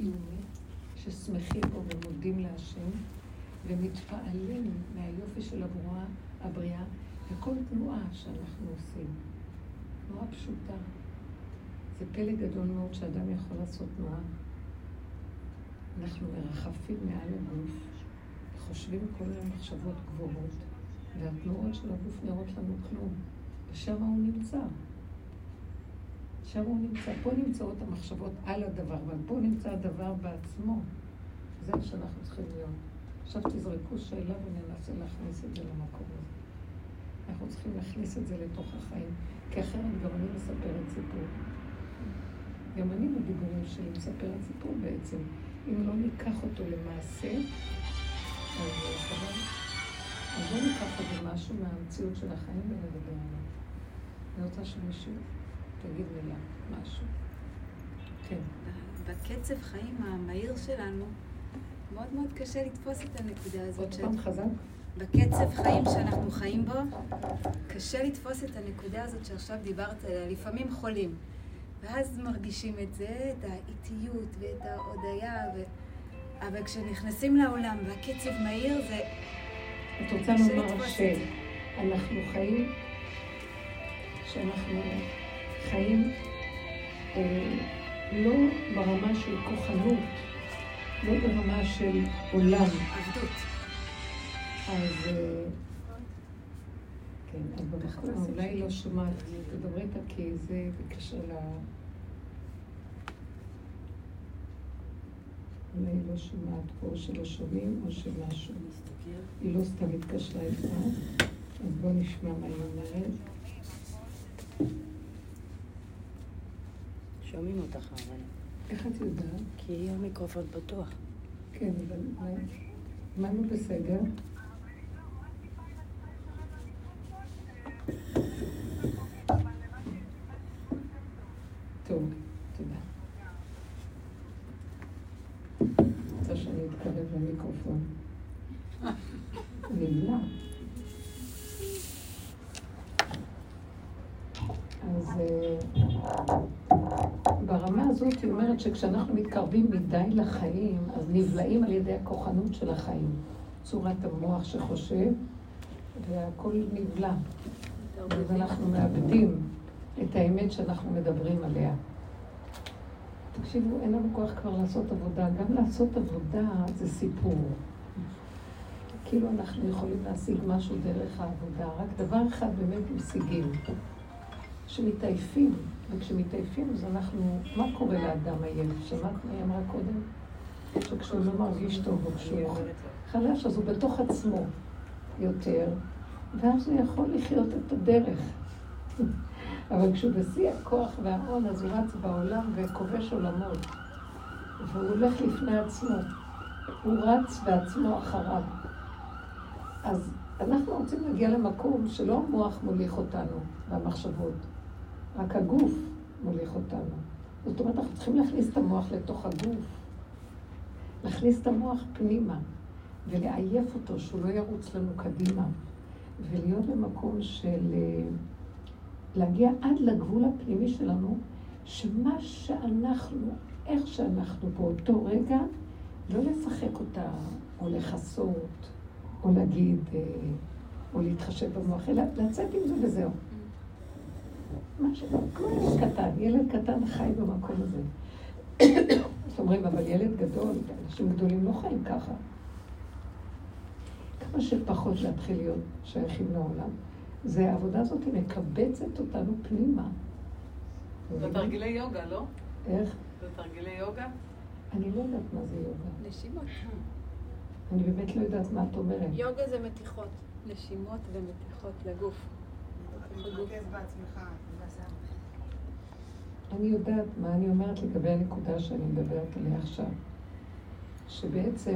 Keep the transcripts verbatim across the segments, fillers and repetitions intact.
קיומי, ששמחים בו ומודים להשם, ומתפעלים מהיופי של הבריאה, הבריאה, וכל תנועה שאנחנו עושים. תנועה פשוטה. זה פלא גדול מאוד שאדם יכול לעשות תנועה. אנחנו מרחפים מעל הגוף, חושבים כל מיני מחשבות גבוהות, והתנועות של הגוף נראות לנו כלום. ושם הוא נמצא. שם הוא נמצא. פה נמצאות המחשבות על הדבר, אבל פה נמצא הדבר בעצמו. זה שאנחנו צריכים להיות. עכשיו תזרקו שאלה וננסה להכניס את זה למקום הזה. אנחנו צריכים להכניס את זה לתוך החיים, כי אחרת גם אני מספרת סיפור. גם אני בדיבורים שלי מספרת סיפור בעצם. אם לא ניקח אותו למעשה, אז חבל. אז לא ניקח אותו משהו מהמציאות של החיים ונדבר עליו. אני רוצה שמישהו תגיד מילה, משהו. כן. בקצב חיים המהיר שלנו, מאוד מאוד קשה לתפוס את הנקודה הזאת. עוד פעם חזק? בקצב חיים שאנחנו חיים בו, קשה לתפוס את הנקודה הזאת שעכשיו דיברת עליה. לפעמים חולים. ואז מרגישים את זה, את האיטיות ואת ההודיה, ו... אבל כשנכנסים לעולם והקצב מהיר זה... את רוצה לומר שאנחנו חיים, שאנחנו חיים אה, לא ברמה של כוחנות, לא ברמה של עולם. עבדות. אז אה, כן, אז במקום אולי לא שומעת, תדברי איתה כי זה בקשר ל... אולי לא שומעת פה שלא שומעים או שמשהו. היא לא סתם התקשרה איתה, אז בואו נשמע מה היא אומרת. שומעים אותך אבל. איך את יודעת? כי המיקרופון פתוח. כן, אבל אמרנו בסדר. טוב, תודה. רוצה שאני אתקרב למיקרופון. נבלה. אז ברמה הזאת היא אומרת שכשאנחנו מתקרבים מדי לחיים, אז נבלעים על ידי הכוחנות של החיים. צורת המוח שחושב, והכל נבלע. ואנחנו מאבדים את האמת שאנחנו מדברים עליה. תקשיבו, אין לנו כוח כבר לעשות עבודה. גם לעשות עבודה זה סיפור. כאילו אנחנו יכולים להשיג משהו דרך העבודה. רק דבר אחד באמת משיגים. שמתעייפים. וכשמתעייפים אז אנחנו... מה קורה לאדם עייף? שמעת מה היא אמרה קודם? שכשהוא לא מרגיש טוב או כשהוא חלש, אז הוא בתוך עצמו יותר. ואז הוא יכול לחיות את הדרך. אבל כשהוא בשיא הכוח וההון, אז הוא רץ בעולם וכובש עולמות. והוא הולך לפני עצמו. הוא רץ בעצמו אחריו. אז אנחנו רוצים להגיע למקום שלא המוח מוליך אותנו, והמחשבות, רק הגוף מוליך אותנו. זאת אומרת, אנחנו צריכים להכניס את המוח לתוך הגוף. להכניס את המוח פנימה, ולעייף אותו, שהוא לא ירוץ לנו קדימה. ולהיות במקום של... להגיע עד לגבול הפנימי שלנו, שמה שאנחנו, איך שאנחנו באותו רגע, לא לשחק אותה, או לחסות, או להגיד, או להתחשב במוח, אלא לצאת עם זה וזהו. משהו, כמו ילד קטן, ילד קטן חי במקום הזה. זאת אומרים, אבל ילד גדול, אנשים גדולים לא חיים ככה. כמה שפחות להתחיל להיות שייכים לעולם. זה העבודה הזאת, היא מקבצת אותנו פנימה. זה תרגילי יוגה, לא? איך? זה תרגילי יוגה? אני לא יודעת מה זה יוגה. נשימות. אני באמת לא יודעת מה את אומרת. יוגה זה מתיחות. נשימות ומתיחות לגוף. תתרכז בעצמך. אני יודעת מה אני אומרת לגבי הנקודה שאני מדברת עליה עכשיו. שבעצם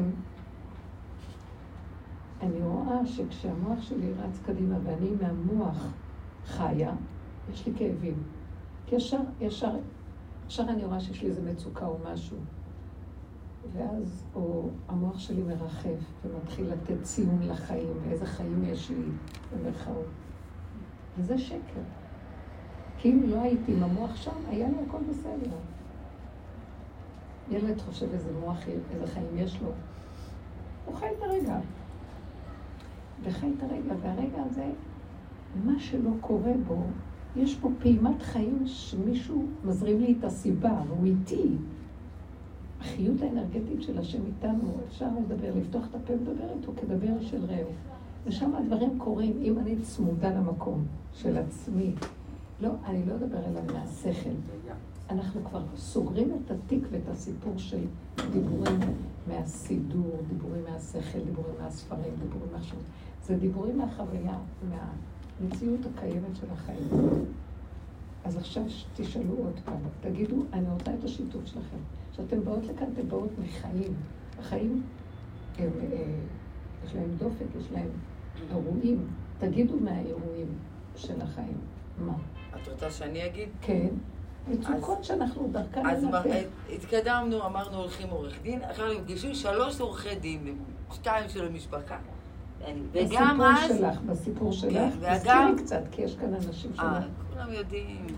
אני רואה שכשהמוח שלי רץ קדימה ואני מהמוח חיה, יש לי כאבים. כי ישר, ישר, ישר אני רואה שיש לי איזו מצוקה או משהו. ואז או המוח שלי מרחב ומתחיל לתת ציון לחיים, ואיזה חיים יש לי במרכאות. וזה שקר. כי אם לא הייתי עם המוח שם, היה לי הכל בסדר. ילד חושב איזה מוח, איזה חיים יש לו. הוא חי את הרגע. וחי את הרגע, והרגע הזה, מה שלא קורה בו, יש פה פעימת חיים שמישהו מזרים לי את הסיבה, והוא איתי. החיות האנרגטית של השם איתנו, אפשר לדבר, לפתוח את הפה ולדבר איתו כדבר של רעהו. ושם הדברים קורים, אם אני צמודה למקום של עצמי. לא, אני לא אדבר אליו מהשכל. אנחנו כבר סוגרים את התיק ואת הסיפור של דיבורים מהסידור, דיבורים מהשכל, דיבורים מהספרים, דיבורים מהחשוב. זה דיבורים מהחוויה, מהמציאות הקיימת של החיים. אז עכשיו תשאלו עוד פעם, תגידו, אני רוצה את השיתוף שלכם. כשאתם באות לכאן, אתם באות מחיים. החיים, הם, יש להם דופק, יש להם אירועים. תגידו מהאירועים של החיים. מה? את רוצה שאני אגיד? כן. מצוקות שאנחנו דרכן אז לנתח. התקדמנו, אמרנו הולכים עורך דין, אחר נפגשו שלוש עורכי דין, שתיים של המשפחה. וגם אז... בסיפור שלך, בסיפור שלך, וגם... תזכירי קצת, כי יש כאן אנשים שלך. כולם יודעים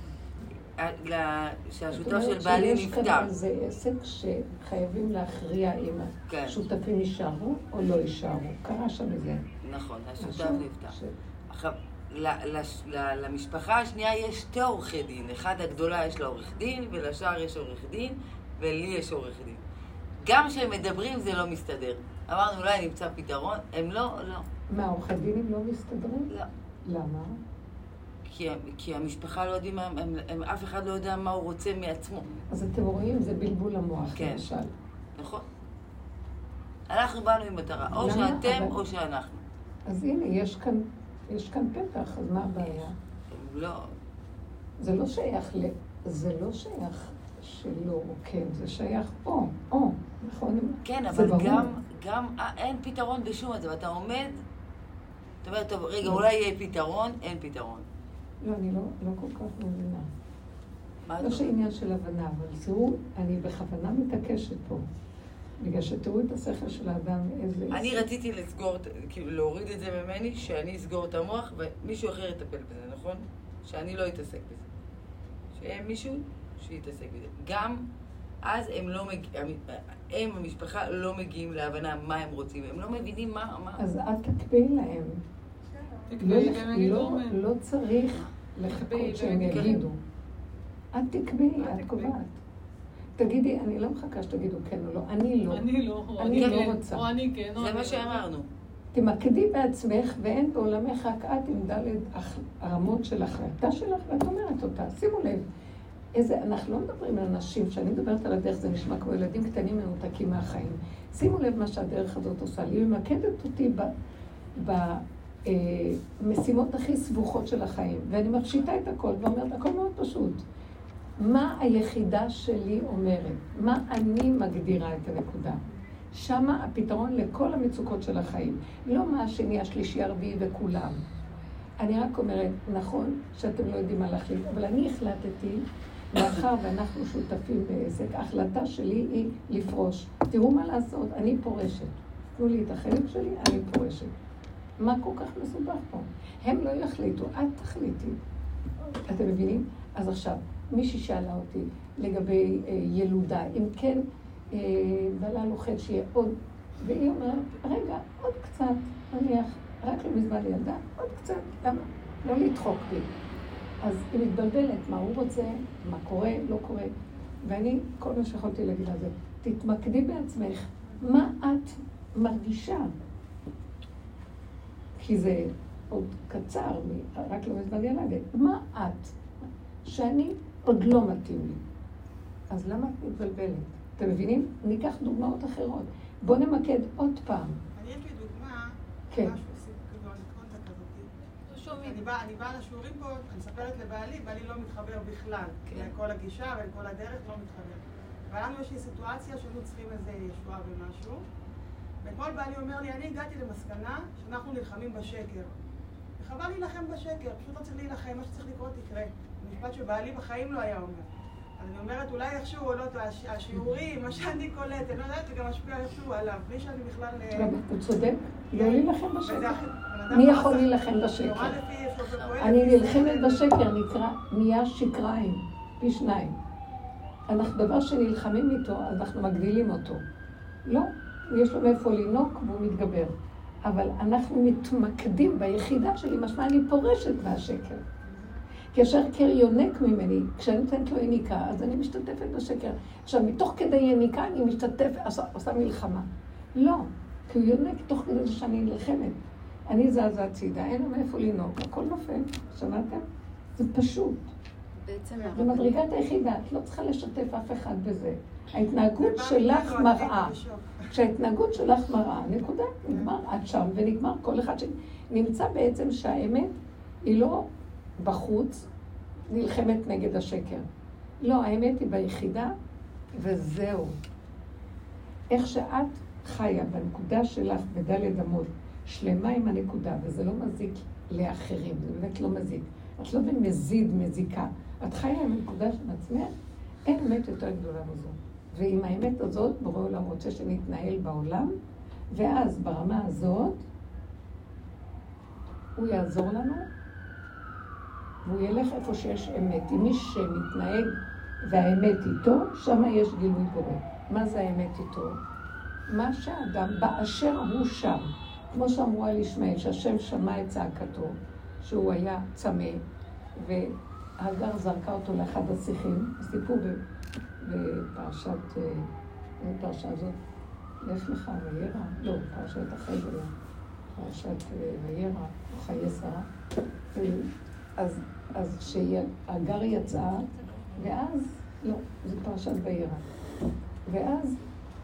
שהשותף של בעלי נפטר. יש כאן איזה עסק שחייבים להכריע אם השותפים יישארו או לא יישארו. קרה שם איזה. נכון, השותף נפטר. עכשיו, למשפחה השנייה יש שתי עורכי דין. אחד הגדולה יש לה עורך דין, ולשאר יש עורך דין, ולי יש עורך דין. גם כשהם מדברים זה לא מסתדר. אמרנו, אולי נמצא פתרון, הם לא, לא. מה, עורכי דינים לא מסתדרים? לא. למה? כי, כי המשפחה לא יודעים, הם, הם, הם, אף אחד לא יודע מה הוא רוצה מעצמו. אז אתם רואים, זה בלבול המוח, כן. למשל. נכון. אנחנו באנו עם מטרה, או למה? שאתם אבל... או שאנחנו. אז הנה, יש כאן, יש כאן פתח, אז מה הבעיה? לא. זה לא שייך ל... זה לא שייך שלא, כן, זה שייך או, או, נכון? כן, אבל גם, גם, אה, אין פתרון בשום הזה, ואתה עומד, אתה אומר, טוב, רגע, לא. אולי יהיה פתרון, אין פתרון. לא, אני לא, לא כל כך מבינה. לא שעניין של הבנה, אבל תראו, אני בכוונה מתעקשת פה. בגלל שתראו את השכל של האדם, איזה... אני רציתי לסגור, כאילו להוריד את זה ממני, שאני אסגור את המוח, ומישהו אחר יטפל בזה, נכון? שאני לא אתעסק בזה. שיהיה מישהו שיתעסק בזה. גם אז הם לא מגיעים, הם, המשפחה, לא מגיעים להבנה מה הם רוצים. הם לא מבינים מה... מה... אז את תקבעי להם. לא, לא צריך לחכות שהם יגידו. את תקבעי, את קובעת. תגידי, אני לא מחכה שתגידו כן או לא. אני לא. אני לא. אני לא רוצה. או אני כן. זה מה שאמרנו. תמקדי בעצמך, ואין בעולמך רק את עם דלת הרמות של החלטה שלך, ואת אומרת אותה. שימו לב. איזה, אנחנו לא מדברים על אנשים, שאני מדברת על הדרך, זה נשמע כמו ילדים קטנים מנותקים מהחיים. שימו לב מה שהדרך הזאת עושה. היא ממקדת אותי במשימות הכי סבוכות של החיים, ואני מפשיטה את הכל, ואומרת, הכל מאוד פשוט. מה היחידה שלי אומרת? מה אני מגדירה את הנקודה? שמה הפתרון לכל המצוקות של החיים. לא מה השני, השלישי, הרביעי וכולם. אני רק אומרת, נכון שאתם לא יודעים מה להחליט, אבל אני החלטתי, מאחר ואנחנו שותפים בעסק, ההחלטה שלי היא לפרוש. תראו מה לעשות, אני פורשת. תנו לי את החלק שלי, אני פורשת. מה כל כך מסובך פה? הם לא יחליטו, את תחליטי. אתם מבינים? אז עכשיו, מישהי שאלה אותי לגבי אה, ילודה, אם כן, אה, בעלה לוחד שיהיה עוד, והיא אומרת, רגע, עוד קצת, נניח, רק לא מזמן ילדה, עוד קצת, למה? לא לדחוק בי. אז היא מתבלבלת, מה הוא רוצה, מה קורה, לא קורה. ואני, כל מה שיכולתי להגיד על זה, תתמקדי בעצמך, מה את מרגישה? כי זה עוד קצר, רק לא מזמן ילדה, מה את? שאני עוד לא מתאים לי. אז למה את מתבלבלת? אתם מבינים? ניקח דוגמאות אחרות. בואו נמקד עוד פעם. אני יש לי דוגמה, כן. משהו עושים כזו, אני באה, אני באה לשיעורים פה, אני מספרת לבעלי, בעלי לא מתחבר בכלל. כל הגישה וכל הדרך לא מתחבר. ולנו יש לי סיטואציה שהיינו צריכים איזה ישועה ומשהו. ואתמול בעלי אומר לי, אני הגעתי למסקנה שאנחנו נלחמים בשקר. וחבל להילחם בשקר, פשוט לא צריך להילחם, מה שצריך לקרות יקרה. משפט שבעלי בחיים לא היה אומר. אז אני אומרת, אולי איכשהו עולות השיעורים, מה שאני קולט, אני לא יודעת, זה גם משפיע איכשהו עליו, בלי שאני בכלל... הוא צודק, לא להילחם בשקר. מי יכול להילחם בשקר? אני נלחמת בשקר, נקרא, נהיה שקריים, פי שניים. אנחנו דבר שנלחמים איתו, אז אנחנו מגדילים אותו. לא, יש לו מאיפה לינוק והוא מתגבר. אבל אנחנו מתמקדים ביחידה שלי, משמע אני פורשת מהשקר. כאשר קר יונק ממני, כשאני נותנת לו יניקה, אז אני משתתפת בשקר. עכשיו, מתוך כדי יניקה אני משתתפת, עושה מלחמה. לא, כי הוא יונק תוך כדי שאני נלחמת. אני זזה הצידה, אין לו מאיפה לינוק, הכל נופל, שמעתם? זה פשוט. זה מדרגת היחידה, את לא צריכה לשתף אף אחד בזה. ההתנהגות שלך מראה. כשההתנהגות שלך מראה, נקודה, נגמר עד שם ונגמר כל אחד שנמצא בעצם שהאמת היא לא בחוץ, נלחמת נגד השקר. לא, האמת היא ביחידה וזהו. איך שאת חיה בנקודה שלך בדלת אמות, שלמה עם הנקודה, וזה לא מזיק לאחרים, זה באמת לא מזיק. את לא במזיד מזיקה, את חיה עם הנקודה של עצמך, אין אמת יותר גדולה מזו. ועם האמת הזאת, בורא עולם רוצה שנתנהל בעולם, ואז ברמה הזאת, הוא יעזור לנו, והוא ילך איפה שיש אמת. עם מי שמתנהג והאמת איתו, שם יש גילוי בורא. מה זה האמת איתו? מה שהאדם באשר הוא שם. כמו שאמרו על ישמעאל, שהשם שמע את צעקתו, שהוא היה צמא, והגר זרקה אותו לאחד השיחים, סיפור בפרשת, בפרשה הזאת, לך לך וירא, לא, פרשת החבל, פרשת וירא, חיי שרה. אז, אז כשהגר יצאה, ואז, לא, זה פרשת וירא. ואז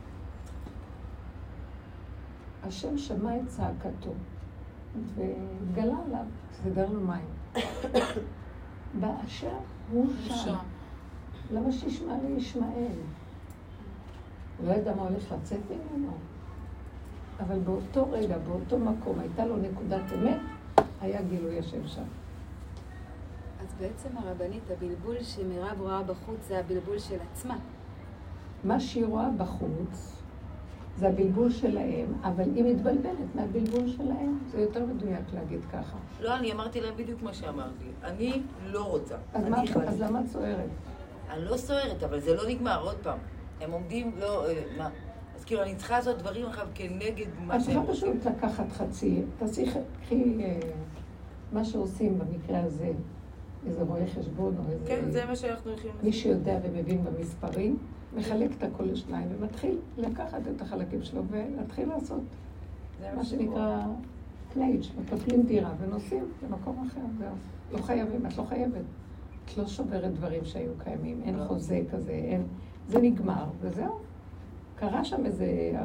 השם שמע את צעקתו, וגלה עליו, סדר לו מים. באשר הוא שם. למה שישמע לי ישמעאל? הוא לא ידע מה הולך לצאת ממנו. אבל באותו רגע, באותו מקום, הייתה לו נקודת אמת, היה גילוי השם שם. אז בעצם הרבנית, הבלבול שמירב רואה בחוץ זה הבלבול של עצמה. מה שהיא רואה בחוץ זה הבלבול שלהם, אבל היא מתבלבלת מהבלבול שלהם. זה יותר מדויק להגיד ככה. לא, אני אמרתי להם בדיוק מה שאמרתי. אני לא רוצה. אז, מה, אז למה את סוערת? אני לא סוערת, אבל זה לא נגמר, עוד פעם. הם עומדים, לא, מה? אז כאילו, אני צריכה לעשות דברים אחר כנגד מה שהם רוצים. את צריכה פשוט לקחת חצי, תעשי, קחי מה שעושים במקרה הזה, איזה רואה חשבון או איזה... כן, זה מה שאנחנו הולכים לעשות. מי שיודע ומבין במספרים, מחלק את הכל לשניים ומתחיל לקחת את החלקים שלו ולהתחיל לעשות מה שנקרא קנייג', מטפלים דירה ונוסעים למקום אחר, זהו. לא חייבים, את לא חייבת. את לא שוברת דברים שהיו קיימים, אין חוזה כזה, אין... זה נגמר, וזהו. קרה שם איזה...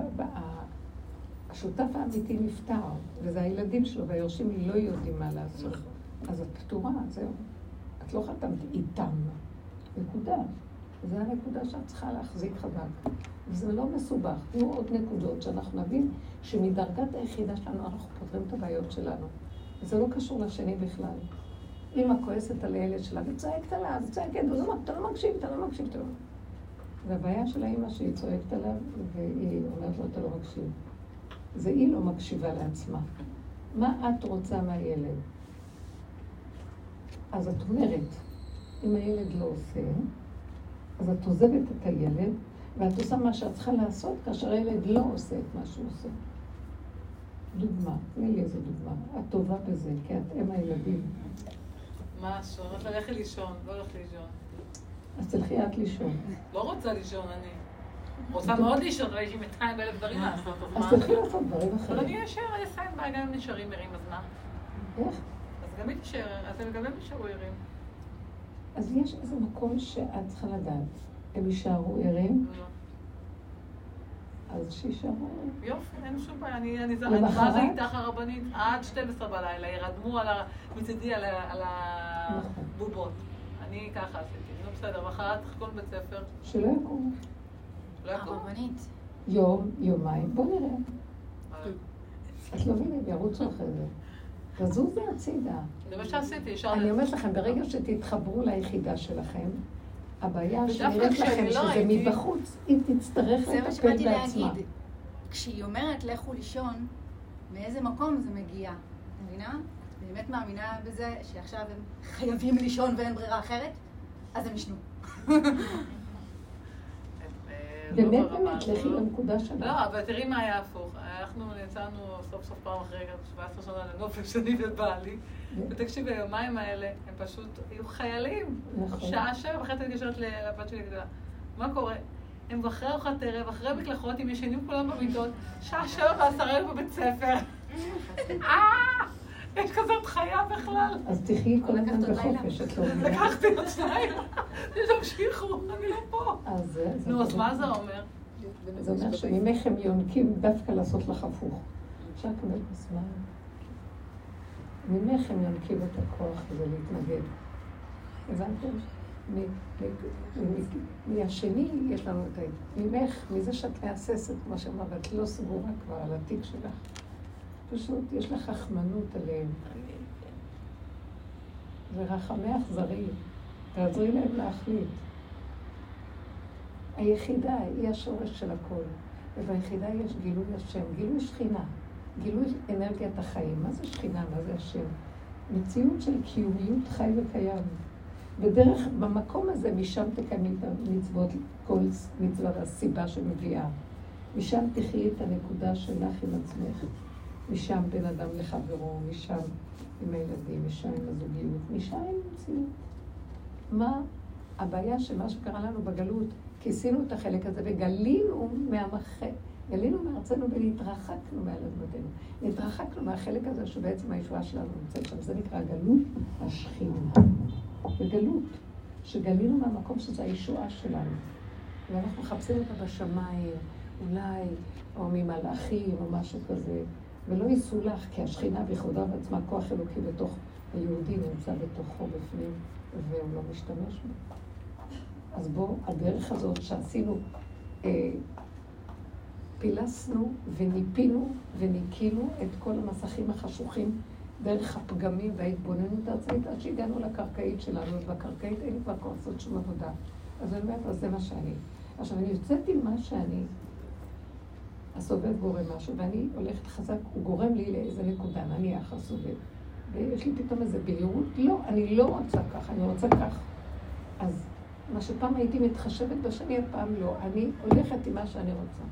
השותף האמיתי נפטר, וזה הילדים שלו, והיורשים לא יודעים מה לעשות. אז את פתורה, זהו. את לא חתמת איתם. נקודה. זה הנקודה שאת צריכה להחזיק חזק. וזה לא מסובך. תנו עוד נקודות שאנחנו נבין שמדרגת היחידה שלנו אנחנו פותרים את הבעיות שלנו. וזה לא קשור לשני בכלל. אמא כועסת על הילד שלה וצועקת עליו, וצועקת, אתה לא מקשיב, אתה לא מקשיב, אתה לא... והבעיה של האמא שהיא צועקת עליו, והיא אומרת לו, אתה לא מקשיב. זה היא לא מקשיבה לעצמה. מה את רוצה מהילד? אז את אומרת, אם הילד לא עושה, אז את עוזבת את הילד, ואת עושה מה שאת צריכה לעשות, כאשר הילד לא עושה את מה שהוא עושה. דוגמה, תני לי איזו דוגמה. את טובה בזה, כי את אם הילדים. משהו, את הולכת לישון, לא הולכת לישון. אז תלכי את לישון. לא רוצה לישון, אני. רוצה מאוד לישון, אבל יש לי מאתיים אלף דברים לעשות, אז מה? אז תלכי לעשות דברים אחרים. אבל אני אשאר, אני אסיים בעגן נשארים ערים, אז מה? איך? אז גם היא תשאר, אז הם גם הם נשארו ערים. אז יש איזה מקום שאת צריכה לדעת. הם יישארו ערים, אז שישארו ערים. יופי, אין שום בעיה, אני מה זה איתך הרבנית? עד שתים עשרה בלילה, ירדמו מצידי על הבובות. אני ככה עשיתי, נו בסדר, מחרת תחכון בית ספר. שלא יקום. לא יקום? הרבנית. יום, יומיים, בוא נראה. את לא מבינים, ירוצו אחרי זה. תזוזי הצידה. זה מה שעשיתי, אני אומרת לכם, ברגע שתתחברו ליחידה שלכם, הבעיה שנראית לכם שזה מבחוץ, היא תצטרך לטפל בעצמה. זה מה שבאתי להגיד. כשהיא אומרת לכו לישון, מאיזה מקום זה מגיע? את מבינה? את באמת מאמינה בזה שעכשיו הם חייבים לישון ואין ברירה אחרת? אז הם ישנו. באמת, באמת, לכי לנקודה שלך. לא, אבל תראי מה היה הפוך. אנחנו יצאנו סוף סוף פעם אחרי שבע עשרה שנה לנופש, אני ובעלי. ותקשיבי, היומיים האלה, הם פשוט היו חיילים. שעה שבע וחצי אני קשרת לבת שלי גדולה. מה קורה? הם אחרי ארוחת ערב, אחרי מקלחות, הם ישנים כולם במיטות, שעה שבע ועשרה היו בבית ספר. אה! יש כזאת חיה בכלל. אז תחי כל הזמן בחופש, את לא מבינה. לקחתי עוד שניים. תמשיכו, אני לא פה. נו, אז מה זה אומר? זה אומר שממך הם יונקים דווקא לעשות לך הפוך. אפשר לקבל בזמן. ממך הם יונקים את הכוח הזה להתנגד. הבנתם? מהשני יש לנו את ה... ממך, מזה שאת מהססת, כמו שאמרת, את לא סגורה כבר על התיק שלך. פשוט יש לך חכמנות עליהם. ורחמי אכזרי, תעזרי להם להחליט. היחידה היא השורש של הכל, וביחידה יש גילוי השם, גילוי שכינה, גילוי אנרגיית החיים. מה זה שכינה? מה זה השם? מציאות של קיומיות חי וקיים. בדרך, במקום הזה, משם תקיימי את המצוות, כל מצווה והסיבה שמביאה. משם תחיי את הנקודה שלך עם עצמך. משם בין אדם לחברו, משם עם הילדים, משם עם הזוגיות, משם עם מציאות. מה הבעיה שמה שקרה לנו בגלות, כיסינו את החלק הזה וגלינו מהמח... גלינו מארצנו והתרחקנו מעל אדמתנו. התרחקנו מהחלק הזה שבעצם הישועה שלנו נמצאת שם. זה נקרא גלות השכינה. בגלות, שגלינו מהמקום שזה הישועה שלנו. ואנחנו מחפשים אותה בשמיים, אולי, או ממלאכים או משהו כזה. ולא יסולח, כי השכינה בכבודה ועצמה כוח אלוקי בתוך היהודי נמצא בתוכו בפנים, והוא לא משתמש בו. אז בוא, הדרך הזאת שעשינו, אה, פילסנו וניפינו וניקינו את כל המסכים החשוכים דרך הפגמים וההתבוננות העצמית, עד שהגענו לקרקעית שלנו, ובקרקעית אין לי כבר כוח לעשות שום עבודה. אז אני אומרת, אז זה מה שאני. עכשיו, אני יוצאת עם מה שאני, הסובב גורם משהו, ואני הולכת חזק, הוא גורם לי לאיזה נקודה, נניח הסובב. ויש לי פתאום איזה בהירות, לא, אני לא רוצה כך, אני רוצה כך. אז מה שפעם הייתי מתחשבת בשני, הפעם לא, אני הולכת עם מה שאני רוצה.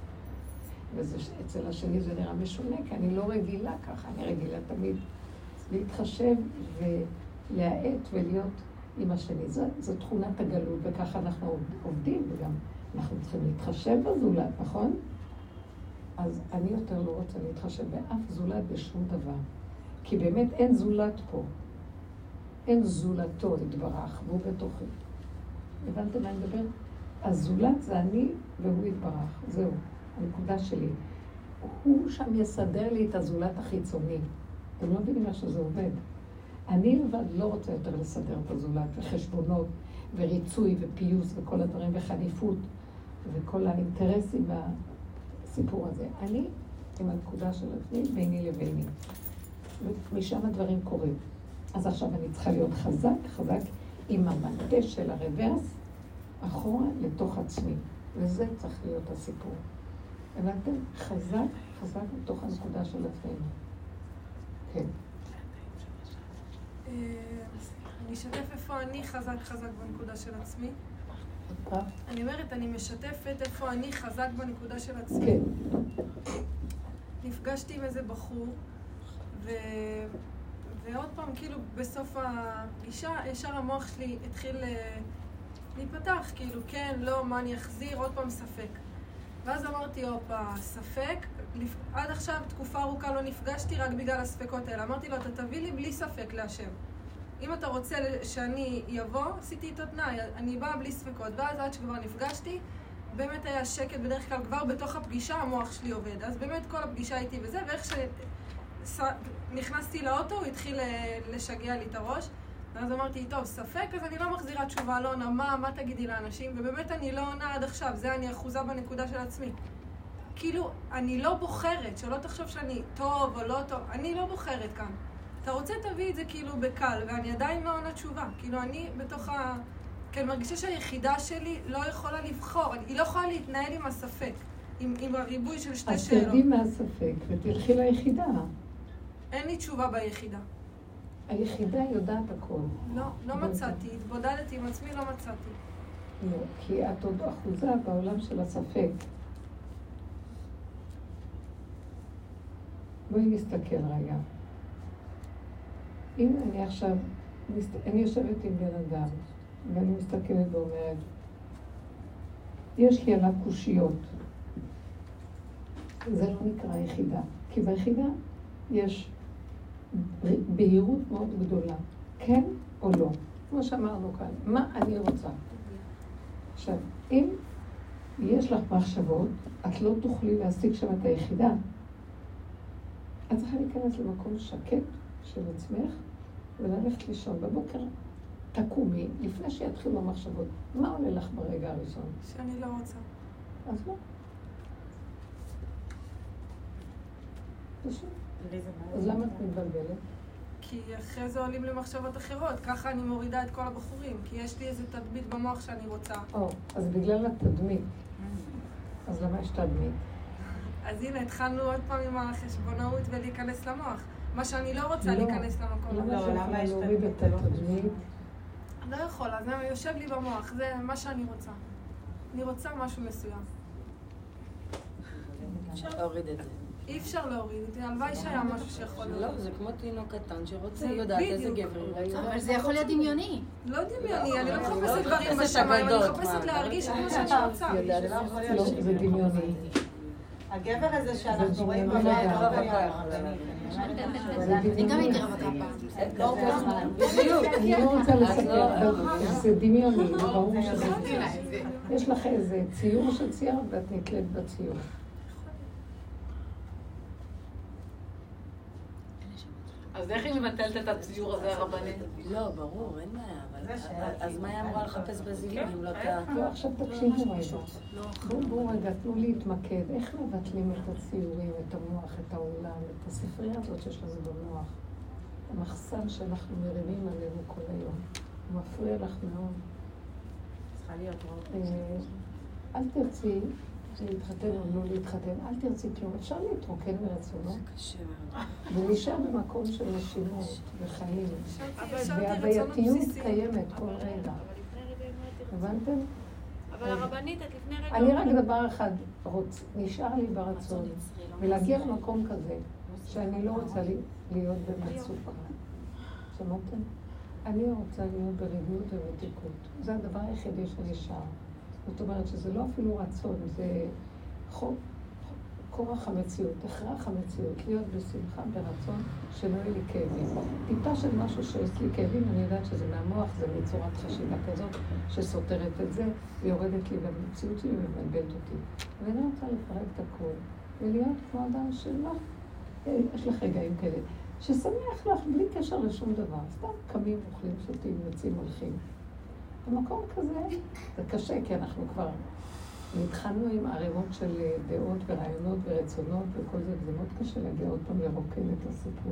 ואצל השני זה נראה משונה, כי אני לא רגילה ככה, אני רגילה תמיד להתחשב ולהעט ולהיות עם השני. זו, זו תכונת הגלות, וככה אנחנו עובדים, וגם אנחנו צריכים להתחשב בזולת, נכון? אז אני יותר לא רוצה להתחשב באף זולת בשום דבר. כי באמת אין זולת פה. אין זולתו יתברך, והוא בתוכי. הבנתם מה אני מדבר? הזולת זה אני והוא יתברך. זהו, הנקודה שלי. הוא שם יסדר לי את הזולת החיצוני. אתם לא מבינים איך שזה עובד. אני לבד לא רוצה יותר לסדר את הזולת, וחשבונות, וריצוי, ופיוס, וכל הדברים, וחניפות, וכל האינטרסים והסיפור הזה. אני עם הנקודה של עצמי, ביני לביני. ומשם הדברים קורים. אז עכשיו אני צריכה להיות חזק, חזק עם המטה של הרוורס, אחורה לתוך עצמי. וזה צריך להיות הסיפור. הבנתם? חזק, חזק לתוך הנקודה של עצמנו. כן. אני אשתף איפה אני חזק חזק בנקודה של עצמי. אני אומרת, אני משתפת איפה אני חזק בנקודה של עצמי. כן. נפגשתי עם איזה בחור, ו... ועוד פעם, כאילו, בסוף הפגישה, ישר המוח שלי התחיל להיפתח, כאילו, כן, לא, מה אני אחזיר, עוד פעם ספק. ואז אמרתי, אופה, ספק, עד עכשיו תקופה ארוכה לא נפגשתי רק בגלל הספקות האלה. אמרתי לו, אתה תביא לי בלי ספק להשם. אם אתה רוצה שאני יבוא, עשיתי איתו תנאי, אני באה בלי ספקות. ואז עד שכבר נפגשתי, באמת היה שקט, בדרך כלל כבר בתוך הפגישה המוח שלי עובד. אז באמת כל הפגישה הייתי וזה, ואיך שנכנסתי לאוטו, הוא התחיל לשגע לי את הראש. ואז אמרתי, טוב, ספק, אז אני לא מחזירה תשובה, לא עונה, מה, מה תגידי לאנשים? ובאמת אני לא עונה עד עכשיו, זה אני אחוזה בנקודה של עצמי. כאילו, אני לא בוחרת, שלא תחשוב שאני טוב או לא טוב, אני לא בוחרת כאן. אתה רוצה תביא את זה כאילו בקל, ואני עדיין לא עונה תשובה. כאילו, אני בתוך ה... כן, מרגישה שהיחידה שלי לא יכולה לבחור, היא לא יכולה להתנהל עם הספק, עם, עם הריבוי של שתי אז שאלות. אז תרדי מהספק ותלכי ליחידה. אין לי תשובה ביחידה. היחידה יודעת הכל. לא, לא מצאתי, התבודדתי עם עצמי, לא מצאתי. לא, כי את עוד אחוזה בעולם של הספק. בואי נסתכל רגע. אם אני עכשיו, אני יושבת עם בן אדם, ואני מסתכלת ואומרת, יש לי עליו קושיות. זה לא נקרא יחידה, כי ביחידה יש בהירות מאוד גדולה, כן או לא, כמו שאמרנו כאן, מה אני רוצה. עכשיו, אם יש לך מחשבות, את לא תוכלי להשיג שם את היחידה. את צריכה להיכנס למקום שקט של עצמך, וללכת לישון בבוקר. תקומי, לפני שיתחילו המחשבות. מה עולה לך ברגע הראשון? שאני לא רוצה. אז לא. פשוט. אז למה את מתבלבלת? כי אחרי זה עולים למחשבות אחרות, ככה אני מורידה את כל הבחורים, כי יש לי איזה תדמית במוח שאני רוצה. או, אז בגלל התדמית. אז למה יש תדמית? אז הנה, התחלנו עוד פעם עם החשבונאות ולהיכנס למוח. מה שאני לא רוצה להיכנס למקום. למה שיכולה להוריד את התדמית? לא יכולה, זה יושב לי במוח, זה מה שאני רוצה. אני רוצה משהו מסוים. אפשר להוריד את זה. אי אפשר להוריד את זה, הלוואי שהיה משהו שיכול להוריד. לא, זה כמו תינוק קטן שרוצה, יודעת איזה גבר. אבל זה יכול להיות דמיוני. לא דמיוני, אני לא מחפשת דברים בשמיים, אני מחפשת להרגיש את מה שאני רוצה. לא, זה דמיוני. הגבר הזה שאנחנו רואים בבית, אני גם הייתי רווקה פעם. אני לא רוצה לספר, זה דמיוני, זה ברור שזה. יש לך איזה ציור שצייר ואת נתלית בציור. אז איך היא מבטלת את הציור הזה הרבנית? לא, ברור, אין בעיה, אבל אז מה היא אמורה לחפש בזיווים אם לא אתה... לא, עכשיו תקשיבו רגע. בואו רגע, תנו להתמקד. איך מבטלים את הציורים, את המוח, את העולם, את הספרייה הזאת שיש לנו במוח? המחסן שאנחנו מרימים עלינו כל היום. הוא מפריע לך מאוד. צריכה להיות רוב. אל תרצי להתחתן או לא להתחתן, אל תרצי כלום. אפשר להתרוקן מרצונו. זה קשה מאוד. ולהישאר במקום של נשימות וחיים. והבעייתיות קיימת כל רגע. הבנתם? אבל הרבנית, את לפני רגע... אני רק דבר אחד רוצה, נשאר לי ברצון, ולהגיע למקום כזה, שאני לא רוצה להיות במצוקה. שמעתם? אני רוצה להיות בריביות ומתיקות. זה הדבר היחידי שנשאר. זאת אומרת שזה לא אפילו רצון, זה חוק, כורח המציאות, הכרח המציאות, להיות בשמחה, ברצון, שלא יהיה לי כאבים. טיפה של משהו שיש לי כאבים, אני יודעת שזה מהמוח, זה מצורת חשיבה כזאת, שסותרת את זה, ויורדת לי במציאות שלי ומבלבלת אותי. ואני רוצה לפרק את הכל, ולהיות כמו אדם שלא, יש לך רגעים כאלה, ששמח לך בלי קשר לשום דבר. סתם קמים, אוכלים, שותים, יוצאים, הולכים. במקום כזה, זה קשה, כי אנחנו כבר התחלנו עם ערימות של דעות ורעיונות ורצונות וכל זה, וזה מאוד קשה להגיע עוד פעם לרוקן את הסיפור.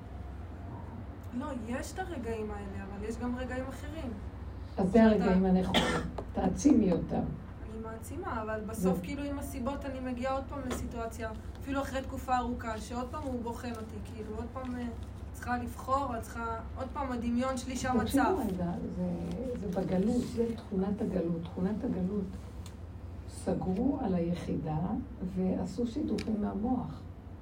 לא, יש את הרגעים האלה, אבל יש גם רגעים אחרים. אז זה הרגעים הנכונים, תעצימי אותם. אני מעצימה, אבל בסוף כאילו עם הסיבות אני מגיעה עוד פעם לסיטואציה, אפילו אחרי תקופה ארוכה, שעוד פעם הוא בוחן אותי, כאילו עוד פעם צריכה לבחור, צריכה, עוד פעם הדמיון שלי שם מצב. תקשיבו רגע, זה בגלות, זה תכונת הגלות, תכונת הגלות. סגרו על היחידה ועשו שידוכים מהמוח.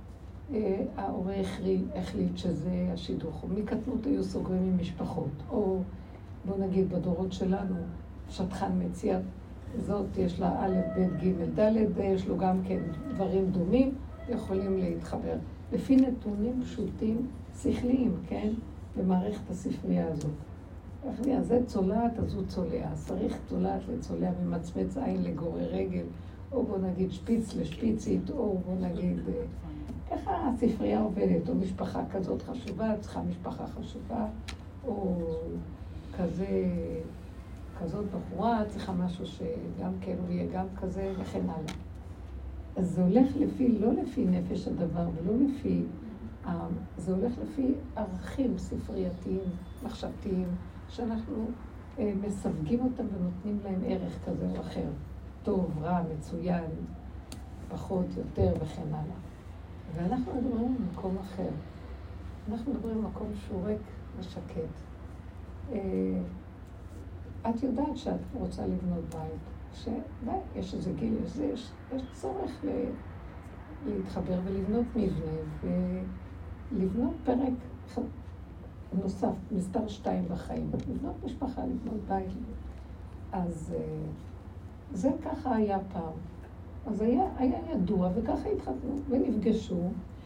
ההורה החליט שזה השידוך, מקטנות היו סוגרים עם משפחות, או בוא נגיד בדורות שלנו, שטחן מציע, זאת יש לה א', ב', ג', ד', יש לו גם כן דברים דומים, יכולים להתחבר. לפי נתונים פשוטים, שכליים, כן? במערכת הספרייה הזאת. אז זה צולעת, אז הוא צולע. צריך צולעת לצולע ממצמץ עין לגורר רגל, או בוא נגיד שפיץ לשפיצית, או בוא נגיד... ככה הספרייה עובדת, או משפחה כזאת חשובה, צריכה משפחה חשובה, או כזה, כזאת בחורה, צריכה משהו שגם כן הוא יהיה גם כזה, וכן הלאה. אז זה הולך לפי, לא לפי נפש הדבר, ולא לפי... זה הולך לפי ערכים ספרייתיים, מחשבתיים, שאנחנו אה, מסווגים אותם ונותנים להם ערך כזה או אחר. טוב, רע, מצוין, פחות, יותר וכן הלאה. ואנחנו מדברים במקום אחר. אנחנו מדברים במקום שהוא ריק ושקט. אה, את יודעת שאת רוצה לבנות בית, שדי, יש איזה גיל, יש, יש, יש צורך ל, להתחבר ולבנות מבנה, ולבנות פרק נוסף, מספר שתיים בחיים, לבנות משפחה, לבנות בית. אז זה ככה היה פעם. אז היה, היה ידוע, וככה התחתנו, ונפגשו,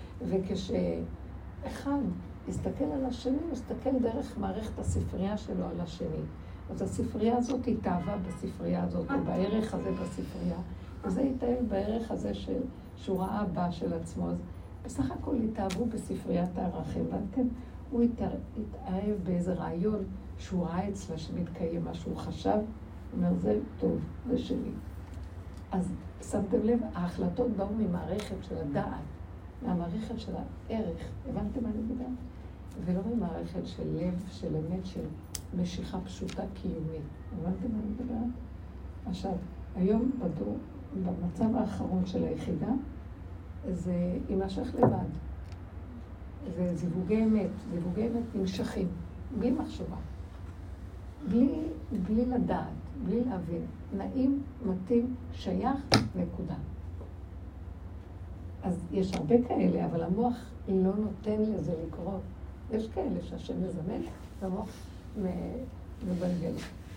וכשאחד הסתכל על השני, הסתכל דרך מערכת הספרייה שלו על השני. אז הספרייה הזאת התאהבה בספרייה הזאת, ובערך הזה בספרייה, וזה התאהב בערך הזה של, שהוא ראה בה של עצמו. אז בסך הכל התאהבו בספריית הערכים, ועד כן הוא התאהב באיזה רעיון שהוא ראה אצלה שמתקיים מה שהוא חשב, הוא אומר, זה טוב, זה שלי. אז שמתם לב, ההחלטות באו ממערכת של הדעת, מהמערכת של הערך, הבנתם מה אני מדבר? ולא ממערכת של לב, של אמת, של משיכה פשוטה קיומית. הבנתם מה אני מדבר? עכשיו, היום בדור, במצב האחרון של היחידה, זה יימשך לבד. זה זיווגי אמת, זיווגי אמת נמשכים, בלי מחשבה. בלי, בלי לדעת, בלי להבין. נעים, מתאים, שייך, נקודה. אז יש הרבה כאלה, אבל המוח לא נותן לזה לקרות. יש כאלה שהשם מזמן, והמוח מבלגל.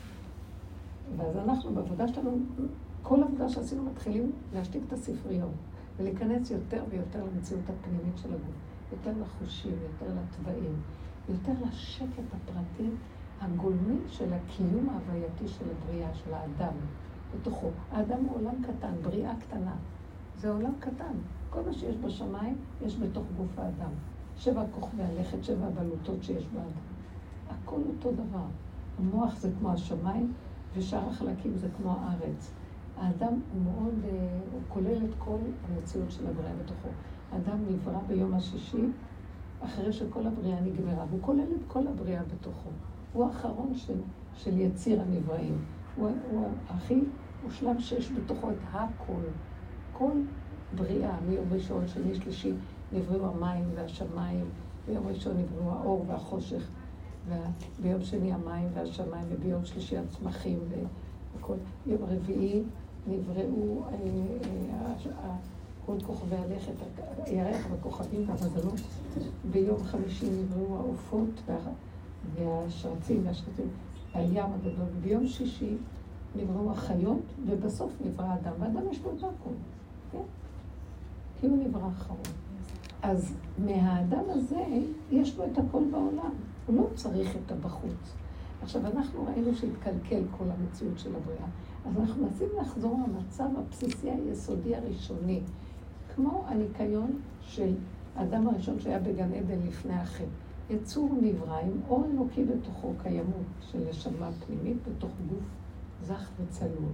ואז אנחנו בעבודה שלנו, כל עבודה שעשינו מתחילים להשתיק את הספריות, ולהיכנס יותר ויותר למציאות הפנימית של הגוף. יותר לחושים, יותר לטבעים, יותר לשקט הפרטי הגולמי של הקיום ההווייתי של הבריאה, של האדם, בתוכו. האדם הוא עולם קטן, בריאה קטנה. זה עולם קטן. כל מה שיש בשמיים, יש בתוך גוף האדם. שבע כוכבי הלכת, שבע הבלוטות שיש באדם. הכל אותו דבר. המוח זה כמו השמיים, ושאר החלקים זה כמו הארץ. האדם הוא מאוד, הוא כולל את כל המציאות של הבריאה בתוכו. האדם נברא ביום השישי, אחרי שכל הבריאה נגמרה, והוא כולל את כל הבריאה בתוכו. הוא האחרון של, של יציר הנבראים. הוא, הוא הכי, הוא שלב שיש בתוכו את הכל. כל בריאה, מיום ראשון, שני, שלישי, נבראו המים והשמיים, ביום ראשון נבראו האור והחושך, וביום שני המים והשמיים, וביום שלישי הצמחים וכל. ביום רביעי נבראו אה, אה, אה, כל כוכבי הלכת, הירח והכוכבים והמזלות. ביום חמישי נבראו העופות והשרצים והשרצים, הים הגדול. ביום שישי נבראו החיות, ובסוף נברא האדם. והאדם יש לו את הכל, כן? כי הוא נברא אחרון. אז מהאדם הזה יש לו את הכל בעולם. הוא לא צריך את הבחוץ. עכשיו, אנחנו ראינו שהתקלקל כל המציאות של הבריאה. אז אנחנו מנסים לחזור למצב הבסיסי היסודי הראשוני, כמו הניקיון של האדם הראשון שהיה בגן עדן לפני החטא. יצור נברא עם אור אלוקי בתוכו, קיימות של נשמה פנימית בתוך גוף זך וצלול.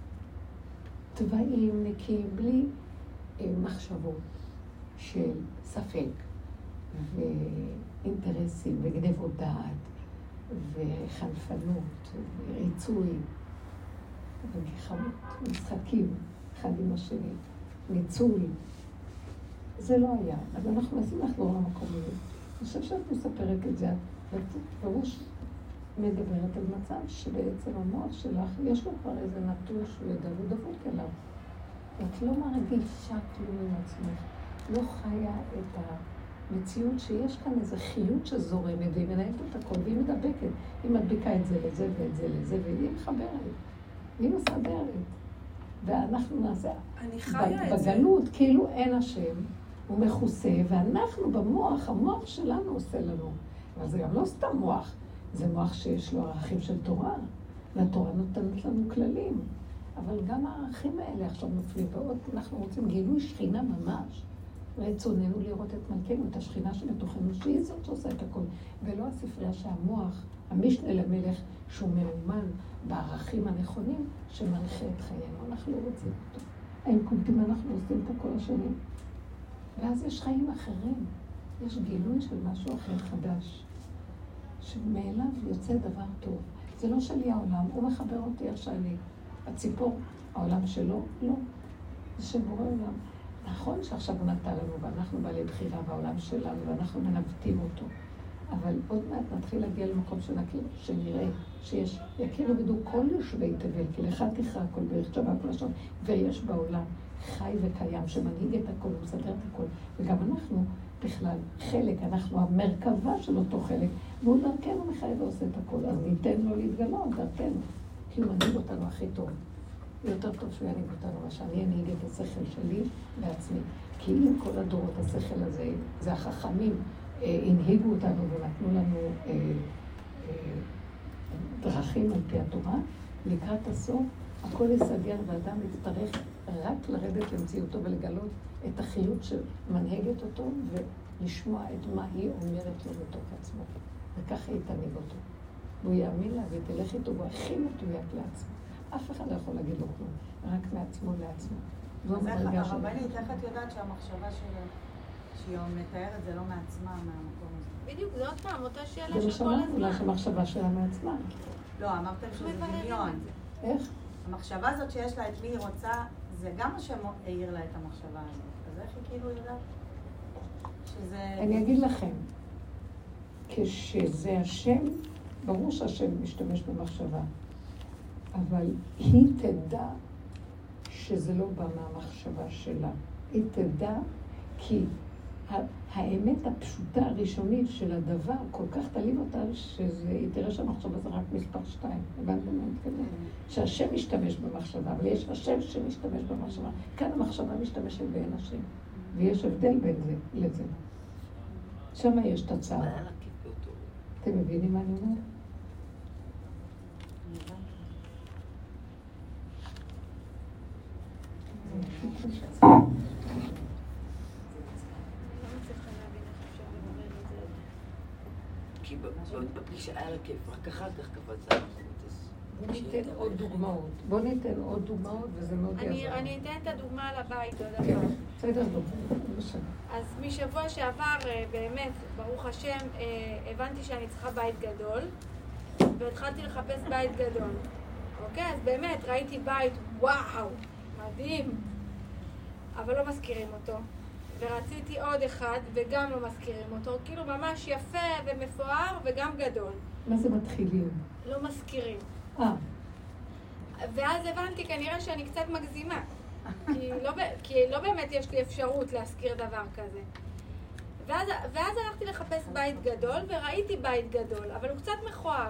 טבעים נקיים בלי אה, מחשבות של ספק ואינטרסים וגנבות דעת וחנפנות וריצוי וגחמות, משחקים אחד עם השני, ניצול. זה לא היה. אז אנחנו מנסים לחזור למקום הזה. אני חושב שאת מספרת את זה, את בראש מדברת על מצב שבעצם המוח שלך, יש לו כבר איזה נתון שהוא ידע, הוא דבוק אליו. את לא מרגישה כלום עם עצמך, לא חיה את המציאות שיש כאן איזה חיות שזורמת, והיא מנהלת את הכל, והיא מדבקת. היא מדביקה את זה לזה ואת זה לזה, והיא מחברת. היא מסדרת. ואנחנו נעשה... אני חיה את זה. בגלות, כאילו אין השם, הוא מכוסה, ואנחנו במוח, המוח שלנו עושה לנו. אבל זה גם לא סתם מוח, זה מוח שיש לו ערכים של תורה. והתורה נותנת לנו כללים. אבל גם הערכים האלה עכשיו נופלים, ועוד אנחנו רוצים גילוי שכינה ממש. רצוננו לראות את מלכנו, את השכינה שבתוכנו, שהיא זאת שעושה את הכל. ולא הספרייה שהמוח, המשנה למלך, שהוא מאומן בערכים הנכונים, שמנחה את חיינו. אנחנו לא רוצים אותו. האם קולטים אנחנו עושים את הכל השנים? ואז יש חיים אחרים. יש גילוי של משהו אחר חדש. שמאליו יוצא דבר טוב. זה לא שלי העולם, הוא מחבר אותי איך שאני. הציפור, העולם שלו, לא. זה של בורא עולם. נכון שעכשיו הוא נתן לנו, ואנחנו בעלי בחירה בעולם שלנו, ואנחנו מנווטים אותו. אבל עוד מעט נתחיל להגיע למקום שנכיר, שנראה שיש, יכירו וידעו כל יושבי תבל, כי לך תכרע כל ברך שווה כל לשון, ויש בעולם חי וקיים שמנהיג את הכל ומסדר את הכל, וגם אנחנו בכלל חלק, אנחנו המרכבה של אותו חלק, והוא דרכנו מחייב ועושה את הכל, אז ניתן לו להתגלות דרכנו, כי הוא מנהיג אותנו הכי טוב. יותר טוב שהוא ינהיג אותנו, מה שאני אנהיג את השכל שלי בעצמי. כי אם כל הדורות השכל הזה, זה החכמים, אה, הנהיגו אותנו ונתנו לנו אה, אה, דרכים על פי התורה, לקראת הסוף, הכל יסגר ואדם יצטרך רק לרדת למציאותו ולגלות את החיות שמנהגת אותו ולשמוע את מה היא אומרת לו בתוך עצמו. וככה היא תנהיג אותו. והוא יאמין לה ותלך איתו, הוא הכי מתויק לעצמו. אף אחד לא יכול להגיד לו כלום, רק מעצמו לעצמו. אז איך, הרבנית, איך את יודעת שהמחשבה שלה, שהיא מתארת, זה לא מעצמה, מהמקום הזה? בדיוק, זה עוד פעם, אותה שאלה זה של כל משמעת אולי הזמן. שהמחשבה שלה מעצמה. לא, אמרתם שזה דמיון. איך? המחשבה הזאת שיש לה את מי היא רוצה, זה גם מה שהעיר לה את המחשבה הזאת. אז איך היא כאילו יודעת שזה... אני אגיד לכם, כשזה השם, ברור שהשם משתמש במחשבה. אבל היא תדע שזה לא בא מהמחשבה שלה. היא תדע כי האמת הפשוטה הראשונית של הדבר כל כך תליב אותה שהיא תראה שהמחשבה זה רק מספר שתיים. הבנתם מה מתכוון? שהשם משתמש במחשבה, אבל יש השם שמשתמש במחשבה. כאן המחשבה משתמשת בין השם. ויש הבדל בין זה לזה. שם יש את הצער. אתם מבינים מה אני אומרת? כי בפגישה היה לה כיף, רק אחר כך קפץ על החוט. בוא ניתן עוד דוגמאות. בוא ניתן עוד דוגמאות, וזה מאוד יעזור. אני אתן את הדוגמה על הבית, עוד כן, דבר. בסדר דוגמא. אז משבוע שעבר, באמת, ברוך השם, הבנתי שאני צריכה בית גדול, והתחלתי לחפש בית גדול. אוקיי? אז באמת, ראיתי בית, וואו, מדהים. אבל לא מזכירים אותו. ורציתי עוד אחד, וגם לא מזכירים אותו. כאילו ממש יפה ומפואר וגם גדול. מה זה מתחילים? לא מזכירים. אה. ואז הבנתי כנראה שאני קצת מגזימה. כי לא, כי לא באמת יש לי אפשרות להזכיר דבר כזה. ואז, ואז הלכתי לחפש בית גדול, וראיתי בית גדול, אבל הוא קצת מכוער.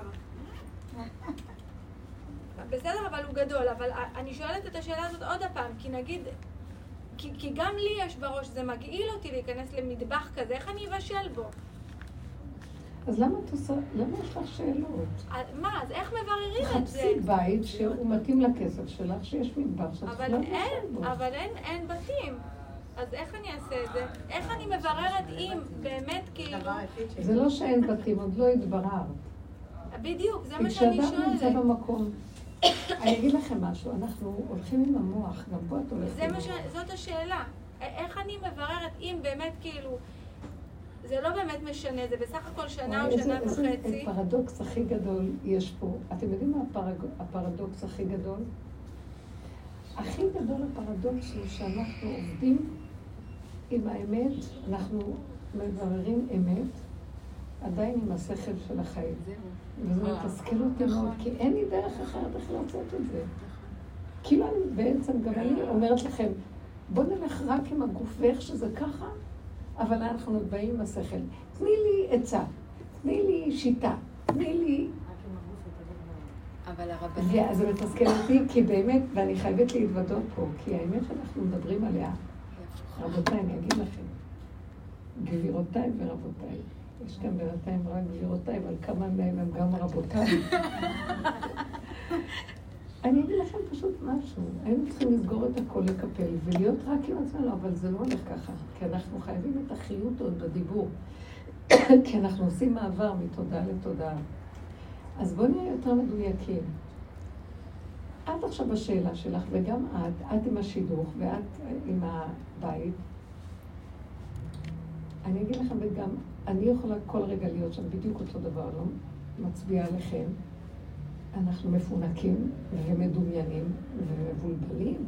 בסדר, אבל הוא גדול. אבל אני שואלת את השאלה הזאת עוד הפעם, כי נגיד... כי, כי גם לי יש בראש, זה מגעיל אותי להיכנס למטבח כזה, איך אני אבשל בו? אז למה את עושה, למה יש לך שאלות? מה, אז איך מבררים את זה? חפשי בית שהוא מתאים לכסף שלך, שיש מטבח שאת אבל אין, אבל אין, אין בתים. אז איך אני אעשה את זה? איך אני מבררת אם באמת כאילו... זה לא שאין בתים, עוד לא התברר. בדיוק, זה מה שאני שואלת. כשאדם נמצא במקום. אני אגיד לכם משהו, אנחנו הולכים עם המוח, גם פה את הולכת עם המוח. זאת השאלה. איך אני מבררת אם באמת כאילו, זה לא באמת משנה, זה בסך הכל שנה או שנה וחצי. איזה פרדוקס הכי גדול יש פה. אתם יודעים מה הפרדוקס הכי גדול? הכי גדול הפרדוקס הוא שאנחנו עובדים עם האמת, אנחנו מבררים אמת, עדיין עם השכל של החיים. וזה מתסכל אותי מאוד, כי אין לי דרך אחרת איך לעשות את זה. כאילו בעצם גם אני אומרת לכם, בואו נלך רק עם הגוף ואיך שזה ככה, אבל אנחנו באים עם השכל. תני לי עצה, תני לי שיטה, תני לי... אבל הרבנים... זה מתסכל אותי, כי באמת, ואני חייבת להתוודות פה, כי האמת שאנחנו מדברים עליה. רבותיי, אני אגיד לכם, גבירותיי ורבותיי, יש כאן בינתיים רק גבירותיי, אבל כמה מהם הם גם רבותיי. אני אגיד לכם פשוט משהו. היינו צריכים לסגור את הכל לקפל ולהיות רק עם עצמנו, אבל זה לא הולך ככה. כי אנחנו חייבים את החיות עוד בדיבור. כי אנחנו עושים מעבר מתודעה לתודעה. אז בואו נהיה יותר מדויקים. את עכשיו בשאלה שלך, וגם את, את עם השידוך ואת עם הבית. אני אגיד לכם, וגם אני יכולה כל רגע להיות שם בדיוק אותו דבר, לא מצביעה עליכם. אנחנו מפונקים ומדומיינים ומבולבלים.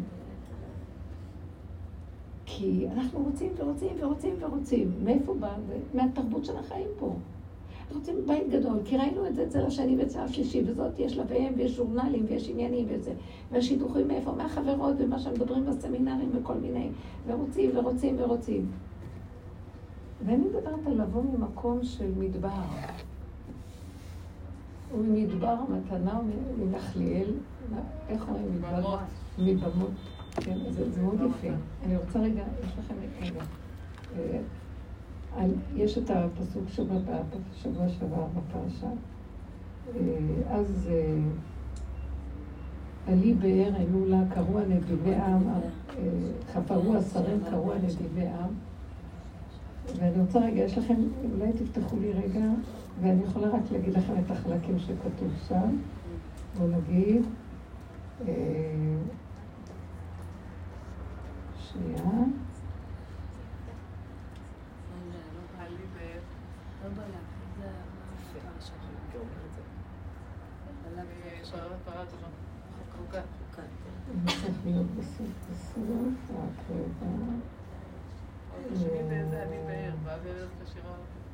כי אנחנו רוצים ורוצים ורוצים ורוצים. מאיפה בא? מהתרבות של החיים פה. רוצים בית גדול, כי ראינו את זה אצל השני ואצל השלישי, וזאת יש לה והם, ויש ז'ורנלים, ויש עניינים וזה, והשידוכים מאיפה, מהחברות, ומה שמדברים בסמינרים וכל מיני, ורוצים ורוצים ורוצים. ואני מדברת על לבוא ממקום של מדבר. וממדבר מתנה מנחליאל, איך אומרים מדבר? מבמות. כן, זה, זה מאוד יפה. אני רוצה רגע, יש לכם רגע. יש את הפסוק שבוע שעבר בפרשה. אז עלי באר ענו לה, קראו הנדיבי עם, חפרו השרים, קראו הנדיבי עם. ואני רוצה רגע, יש לכם, אולי תפתחו לי רגע, ואני יכולה רק להגיד לכם את החלקים שכתוב שם. בואו נגיד, שנייה. אני צריך להיות בסוף בסוף, רק רגע. שמי באיזה אני בעיר, ואז ארז לשירה.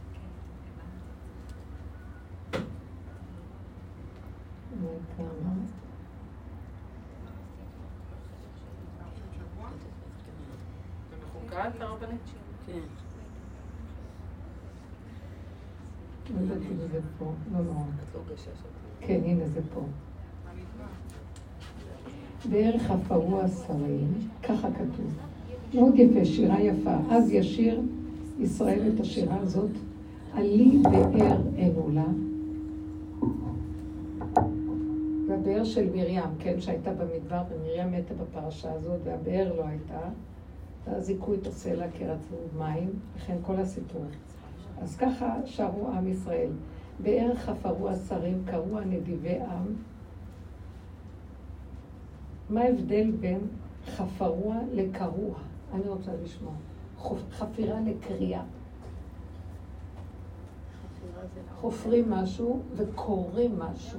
וכמה? זה מחוקת הרבנית? כן. לא יודעת אם זה פה, לא נורא. כן, הנה זה פה. בערך חפרו השרים, ככה כתוב. מאוד יפה, שירה יפה. אז ישיר ישראל את השירה הזאת, עלי באר ענו לה. והבאר של מרים, כן, שהייתה במדבר, ומרים מתה בפרשה הזאת, והבאר לא הייתה. ואז זיקו את הסלע כי רצו מים, לכן כל הסיפור. אז ככה שרו עם ישראל. בערך חפרו השרים, קראו הנדיבי עם. מה ההבדל בין חפרוע לקרוע? אני רוצה לשמוע. חפירה לקריאה. חופרים משהו וקוראים משהו.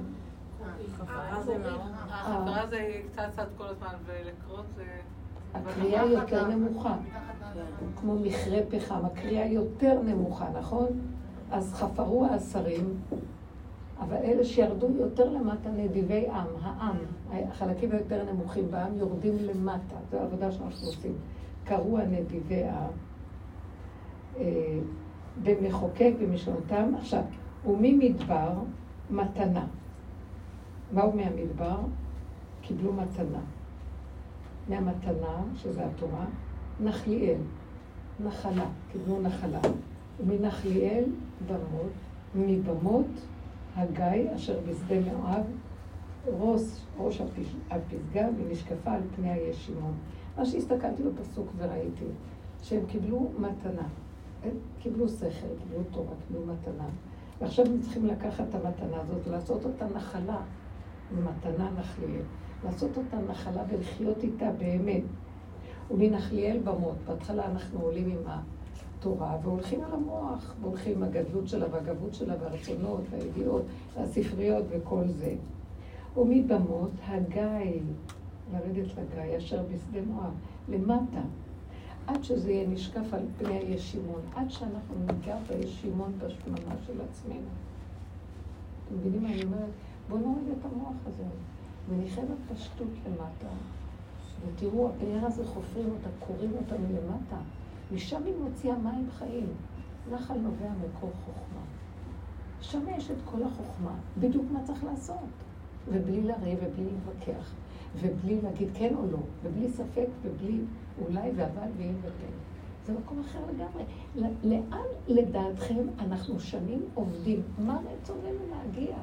החפרה זה קצת קצת כל הזמן, ולקרות זה... הקריאה יותר נמוכה. כמו מכרה פחם, הקריאה יותר נמוכה, נכון? אז חפרו השרים, אבל אלה שירדו יותר למטה נדיבי עם, העם, החלקים היותר נמוכים בעם יורדים למטה, זו העבודה שאנחנו עושים. קראו הנדיבי העם, במחוקק במשלותם. עכשיו, וממדבר מתנה. מהו מהמדבר? קיבלו מתנה. מהמתנה, שזה התורה, נחליאל, נחלה, קיבלו נחלה. ומנחליאל במות, מבמות הגיא אשר בשדה מואב, ראש, ראש הפסגה ונשקפה על פני הישימון. מה שהסתכלתי בפסוק וראיתי, שהם קיבלו מתנה, הם קיבלו שכל, קיבלו תורה, קיבלו מתנה. ועכשיו הם צריכים לקחת את המתנה הזאת ולעשות אותה נחלה, מתנה נחליאל. לעשות אותה נחלה ולחיות איתה באמת. ומנחליאל במות, בהתחלה אנחנו עולים עם התורה והולכים על המוח, והולכים עם הגדלות שלה והגבות שלה והרצונות והידיעות והספריות וכל זה. ומבמות הגיא, לרדת לגיא, אשר בשדה מואב, למטה, עד שזה יהיה נשקף על פני הישימון, עד שאנחנו ניגע בישימון בשממה של עצמנו. אתם מבינים מה אני אומרת? בואו נוריד את המוח הזה. ונחיה בפשטות למטה, ותראו, הבאר הזה חופרים אותה, קוראים אותה מלמטה, משם היא מוציאה מים חיים. נחל נובע מקור חוכמה. שם יש את כל החוכמה, בדיוק מה צריך לעשות. ובלי לריב ובלי להתווכח, ובלי להגיד כן או לא, ובלי ספק ובלי אולי ואבל ואם ופן. זה מקום אחר לגמרי. לאן לדעתכם אנחנו שנים עובדים? מה רצוננו להגיע?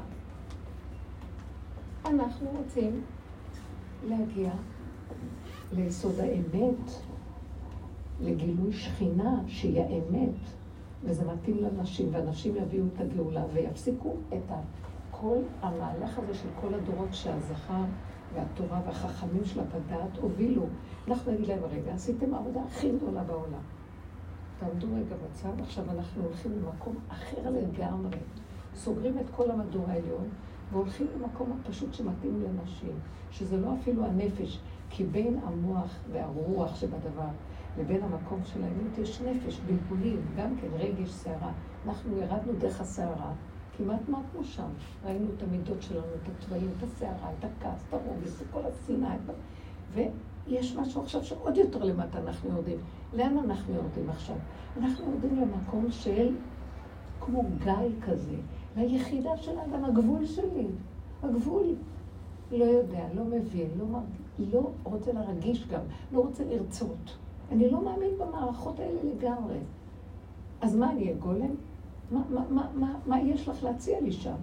אנחנו רוצים להגיע ליסוד האמת, לגילוי שכינה שהיא האמת, וזה מתאים לנשים, והנשים יביאו את הגאולה ויפסיקו את כל המהלך הזה של כל הדורות שהזכר והתורה והחכמים של הפדעת הובילו. אנחנו נגיד להם, רגע, עשיתם העבודה הכי גדולה בעולם. תעמדו רגע בצד, עכשיו אנחנו הולכים למקום אחר לגמרי. סוגרים את כל המדור העליון, והולכים למקום הפשוט שמתאים לנשים, שזה לא אפילו הנפש, כי בין המוח והרוח שבדבר לבין המקום של האמת יש נפש, בלבולים, גם כן רגש, שערה. אנחנו ירדנו דרך השערה, כמעט מעטנו שם. ראינו את המידות שלנו, את התוואים, את השערה, את הכעס, את הרוגז, את כל השנאה. ויש משהו עכשיו שעוד יותר למטה אנחנו יורדים. לאן אנחנו יורדים עכשיו? אנחנו יורדים למקום של כמו גיא כזה, ליחידה של האדם, הגבול שלי. הגבול לא יודע, לא מבין, לא, מרג... לא רוצה להרגיש גם, לא רוצה לרצות. אני לא מאמין במערכות האלה לגמרי. אז מה, אני הגולם? מה, מה, מה, מה, מה יש לך להציע לי שם?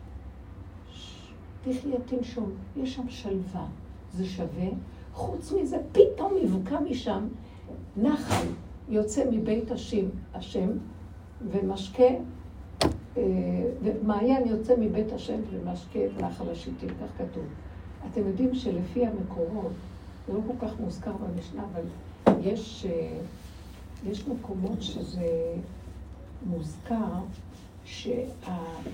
תחי תנשום, יש שם שלווה, זה שווה. חוץ מזה, פתאום יבקע משם נחל, יוצא מבית השם, השם ומשקה, ומעיין יוצא מבית השם ומשקה את נחל השיטים, כך כתוב. אתם יודעים שלפי המקורות, זה לא כל כך מוזכר במשנה, אבל יש, יש מקומות שזה מוזכר שהיה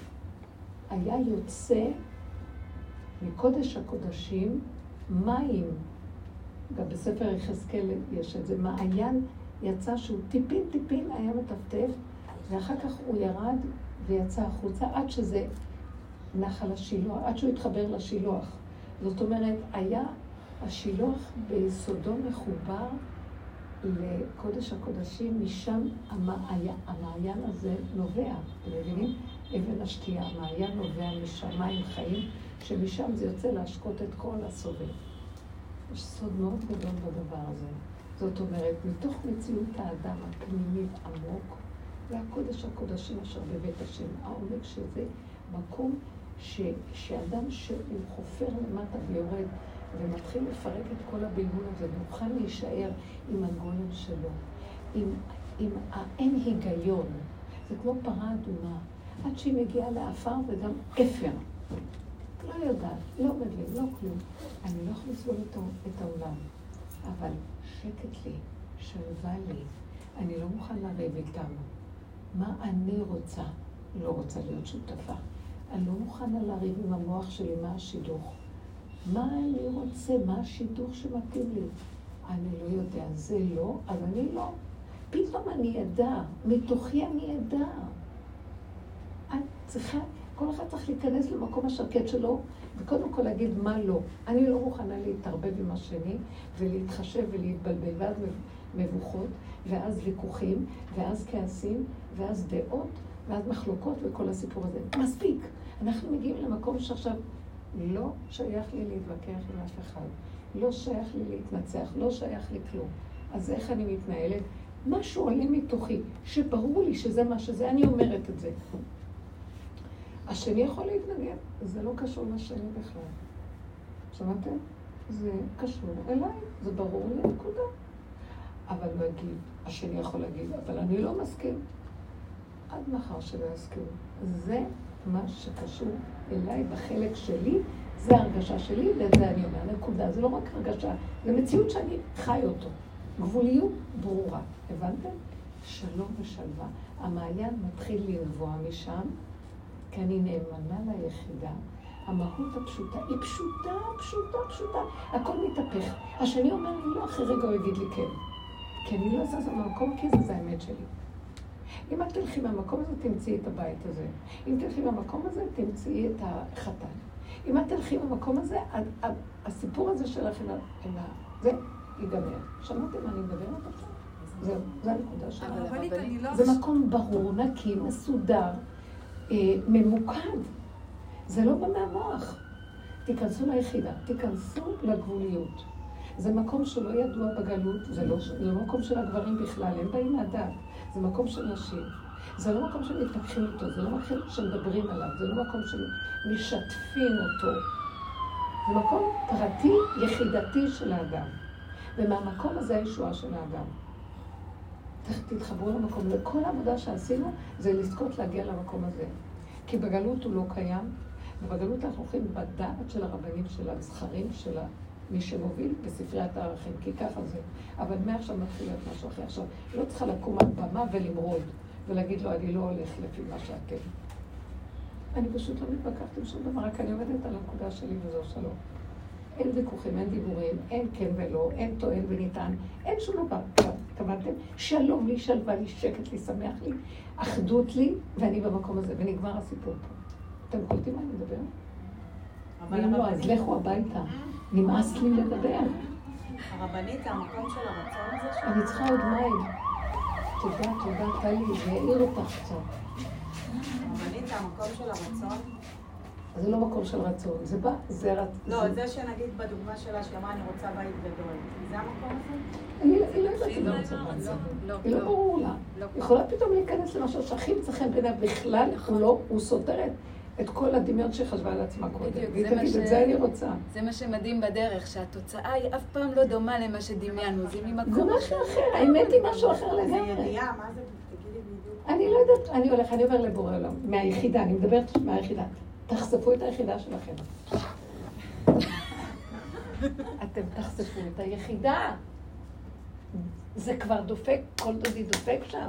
יוצא מקודש הקודשים מים, גם בספר יחזקאל יש את זה, מעיין יצא שהוא טיפין טיפין היה מטפטף, ואחר כך הוא ירד ויצא החוצה עד שזה נחל השילוח, עד שהוא התחבר לשילוח. זאת אומרת, היה השילוח ביסודו מחובר לקודש הקודשים, משם המעיין, המעיין הזה נובע, אתם מבינים? אבן השתייה, המעיין נובע משם, מים חיים, שמשם זה יוצא להשקות את כל הסובב. יש סוד מאוד גדול בדבר הזה. זאת אומרת, מתוך מציאות האדם הפנימית עמוק, והקודש הקודשים אשר בבית השם, העומק שזה מקום ש, שאדם שהוא חופר למטה ויורד ומתחיל לפרק את כל הבלבול הזה, ומוכן להישאר עם הגולם שלו, עם, עם האין היגיון. זה כמו פרה אדומה, עד שהיא מגיעה לאפר וגם אפר. לא יודעת, לא מבין, לא כלום. אני לא יכול לסבול את העולם, אבל שקט לי, שלווה לי, אני לא מוכן לריב איתם. מה אני רוצה? לא רוצה להיות שותפה. אני לא מוכנה לריב עם המוח שלי, מה השידוך? מה אני רוצה? מה השידוך שמתאים לי? אני לא יודע, זה לא, אז אני לא. פתאום אני ידע, מתוכי אני ידע. את צריכה, כל אחד צריך להיכנס למקום השקט שלו, וקודם כל להגיד מה לא. אני לא מוכנה להתערבב עם השני, ולהתחשב ולהתבלבל, ואז מבוכות, ואז ויכוחים, ואז כעסים, ואז דעות, ואז מחלוקות וכל הסיפור הזה. מספיק. אנחנו מגיעים למקום שעכשיו לא שייך לי להתווכח עם אף אחד, לא שייך לי להתנצח, לא שייך לי כלום. אז איך אני מתנהלת? משהו עולה מתוכי, שברור לי שזה מה שזה, אני אומרת את זה. השני יכול להתנגד, זה לא קשור לשני בכלל. שמעתם? זה קשור אליי, זה ברור לי, נקודה. אבל לא אגיד, השני יכול להגיד, אבל אני לא מסכים. עד מחר שלא יסכים. זה מה שקשור אליי בחלק שלי, זה הרגשה שלי, וזה אני אומר, נקודה. זה לא רק הרגשה, זה מציאות שאני חי אותו. גבוליות ברורה. הבנתם? שלום ושלווה. המעיין מתחיל לנבוע משם, כי אני נאמנה ליחידה. המהות הפשוטה היא פשוטה, פשוטה, פשוטה. הכל מתהפך. השני אומר לי לא, אחרי רגע הוא יגיד לי כן. כי אני לא זזה מהמקום, כי זה זה האמת שלי. אם את תלכי מהמקום הזה, תמצאי את הבית הזה. אם תלכי מהמקום הזה, תמצאי את החתן. אם את תלכי מהמקום הזה, הסיפור הזה שלך אל זה ייגמר. שמעתם מה אני מדברת עכשיו? זהו, זה הנקודה שלנו. זה מקום ברור, נקי, מסודר, ממוקד. זה לא בא מהמוח. תיכנסו ליחידה, תיכנסו לגבוליות. זה מקום שלא ידוע בגלות, זה לא, זה לא מקום של הגברים בכלל, הם באים מהדת. זה מקום של נשים. זה לא מקום שמתפתחים אותו, זה לא מקום שמדברים עליו, זה לא מקום שמשתפים אותו. זה מקום פרטי, יחידתי של האדם. ומהמקום הזה הישועה של האדם. תתחברו למקום. לכל העבודה שעשינו זה לזכות להגיע למקום הזה. כי בגלות הוא לא קיים, ובגלות אנחנו הולכים בדעת של הרבנים, של הזכרים, של מי שמוביל בספריית הערכים, כי ככה זה. אבל מעכשיו מתחיל להיות משהו אחר. עכשיו, לא צריכה לקום על במה ולמרוד, ולהגיד לו, אני לא הולך לפי מה שאתם. אני פשוט לא מתווכחת עם שום דבר, רק אני עומדת על הנקודה שלי וזו שלום. אין ויכוחים, אין דיבורים, אין כן ולא, אין טוען וניתן, אין שום דבר. קבלתם? שלום לי, שלווה לי, שקט לי, שמח לי, אחדות לי, ואני במקום הזה, ונגמר הסיפור פה. אתם קולטים מה אני מדבר? ואם לא, אז לכו הביתה. נמאס לי לדבר. הרבנית, המקום של הרצון הזה שלנו. אני צריכה עוד מים. תודה, תודה, טלי, זה יעיר אותך קצת. הרבנית, המקום של הרצון. זה לא מקום של רצון, זה בא, זה רצון. לא, זה שנגיד בדוגמה שלה, שאמרה אני רוצה בית גדול. זה המקום הזה? אני לא יודעת אם היא רוצה בית גדול. היא לא ברור לה. היא יכולה פתאום להיכנס למשהו שהכי מצחן בינה בכלל, הוא סותרת את כל הדמיון שחשבה על עצמה קודם. והיא תגיד, את זה אני רוצה. זה מה שמדהים בדרך, שהתוצאה היא אף פעם לא דומה למה שדמיינו, זה ממקום זה משהו אחר, האמת היא משהו אחר לגמרי. זה ידיעה, מה זה? תגידי בדיוק. אני לא יודעת, אני הולך, אני אומר לבורא עולם, מהיחידה, אני מדברת מהיחידה. תחשפו את היחידה שלכם. אתם תחשפו את היחידה. זה כבר דופק, כל דודי דופק שם.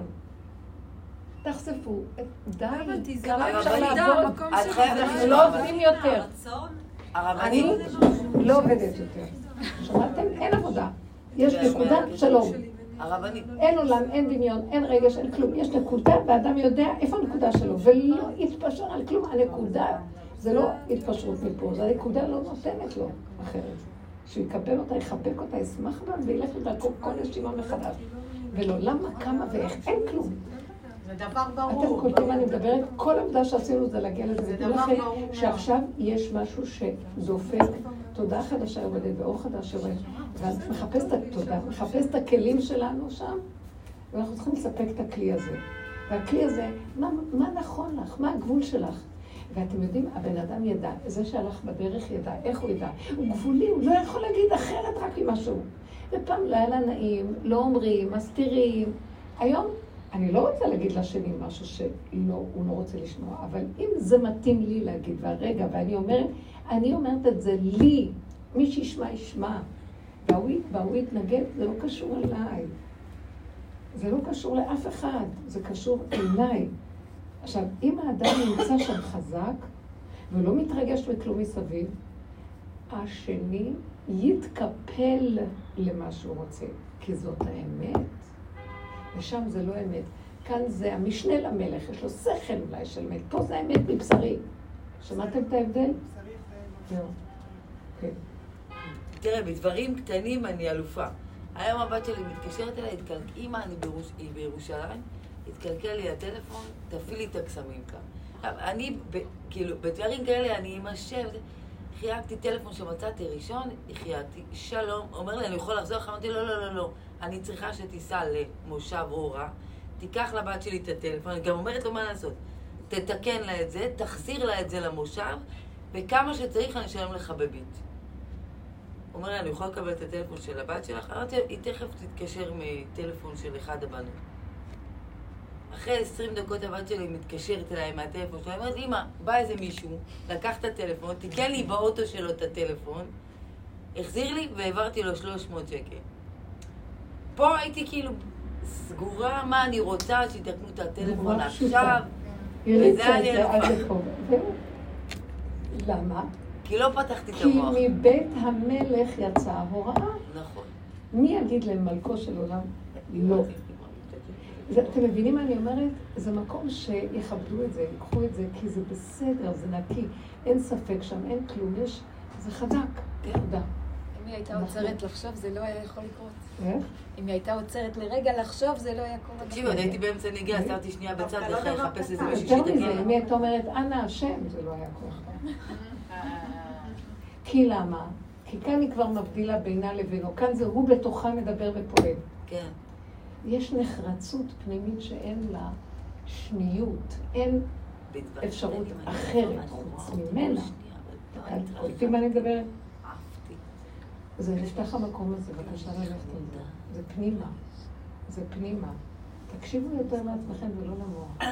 תחשפו, די, כמה אפשר לעבוד. אנחנו לא עובדים יותר. אני לא עובדת יותר. שמעתם? אין עבודה. יש נקודה, שלום. אין עולם, אין דמיון, אין רגש, אין כלום. יש נקודה, ואדם יודע איפה הנקודה שלו, ולא יתפשר על כלום. הנקודה, זה לא התפשרות מפה, זה הנקודה לא נותנת לו אחרת. שהוא יקבל אותה, יחבק אותה, ישמח בה, וילך לדרכו כל נשימה מחדש. ולא למה, כמה ואיך, אין כלום. זה דבר ברור. אתם קולטים מה אני מדברת? כל עבודה שעשינו זה להגיע לזה. זה דבר ברור. שעכשיו יש משהו שדופק, תודה חדשה יורדת ואור חדש יורד. ואת מחפשת את התודה, מחפשת את הכלים שלנו שם, ואנחנו צריכים לספק את הכלי הזה. והכלי הזה, מה, מה נכון לך? מה הגבול שלך? ואתם יודעים, הבן אדם ידע, זה שהלך בדרך ידע, איך הוא ידע? הוא גבולי, הוא לא יכול להגיד אחרת רק ממשהו. ופעם לא היה לה נעים, לא אומרים, מסתירים. היום, אני לא רוצה להגיד לשני משהו שהוא לא רוצה לשמוע, אבל אם זה מתאים לי להגיד, והרגע, ואני אומרת, אני אומרת את זה לי, מי שישמע ישמע. והוא יתנגד, זה לא קשור אליי. זה לא קשור לאף אחד, זה קשור אליי. עכשיו, אם האדם נמצא שם חזק, ולא מתרגש מכלום מסביב, השני יתקפל למה שהוא רוצה, כי זאת האמת. ושם זה לא אמת. כאן זה המשנה למלך, יש לו שכל אולי של אמת. פה זה האמת מבשרי. שמעתם את ההבדל? לא. כן. תראה, בדברים קטנים אני אלופה. היום הבת שלי מתקשרת אליי, אמא, אני בירושלים, התקלקל לי הטלפון, תפעיל לי את הקסמים כאן. אני, כאילו, בדברים כאלה אני אמשב, חייגתי טלפון שמצאתי ראשון, חייגתי, שלום, אומר לי, אני יכול לחזור? אמרתי, לא, לא, לא, לא, אני צריכה שתיסע למושב אורה, תיקח לבת שלי את הטלפון, אני גם אומרת לו מה לעשות, תתקן לה את זה, תחזיר לה את זה למושב, וכמה שצריך אני אשלם לך בביט. הוא אומר לי, אני יכולה לקבל את הטלפון של הבת שלך? אמרתי, היא תכף תתקשר מטלפון של אחד הבנות. אחרי עשרים דקות הבת שלי מתקשרת אליי מהטלפון שלה, היא אומרת, אמא, בא איזה מישהו, לקח את הטלפון, תיקן לי באוטו שלו את הטלפון, החזיר לי והעברתי לו שלוש מאות שקל. פה הייתי כאילו סגורה מה אני רוצה, שיתקנו את הטלפון עכשיו, וזה היה לי אלופה. למה? כי לא פתחתי את המוח. כי מבית המלך יצאה הוראה. נכון. מי יגיד למלכו של עולם? לא. אתם מבינים מה אני אומרת? זה מקום שיכבדו את זה, ייקחו את זה, כי זה בסדר, זה נקי, אין ספק שם, אין כלום, יש, זה חזק. תודה. אם היא הייתה עוצרת לחשוב, זה לא היה יכול לקרות. איך? אם היא הייתה עוצרת לרגע לחשוב, זה לא היה קורה. תקשיבו, הייתי באמצע נגיעה, עשרתי שנייה בצד, איך לחפש איזה מישהו יותר שתגיע. מזה, אם היא הייתה אומרת, אנא השם, זה לא היה קורה. כי למה? כי כאן היא כבר מבדילה בינה לבינו, כאן זה הוא בתוכה מדבר ופועל. כן. יש נחרצות פנימית שאין לה שניות, אין אפשרות אחרת חוץ ממנה. קולטים מה אני מדברת? זה נפתח המקום הזה, בבקשה ללכת על זה. זה פנימה. זה פנימה. תקשיבו יותר לעצמכם ולא למוח.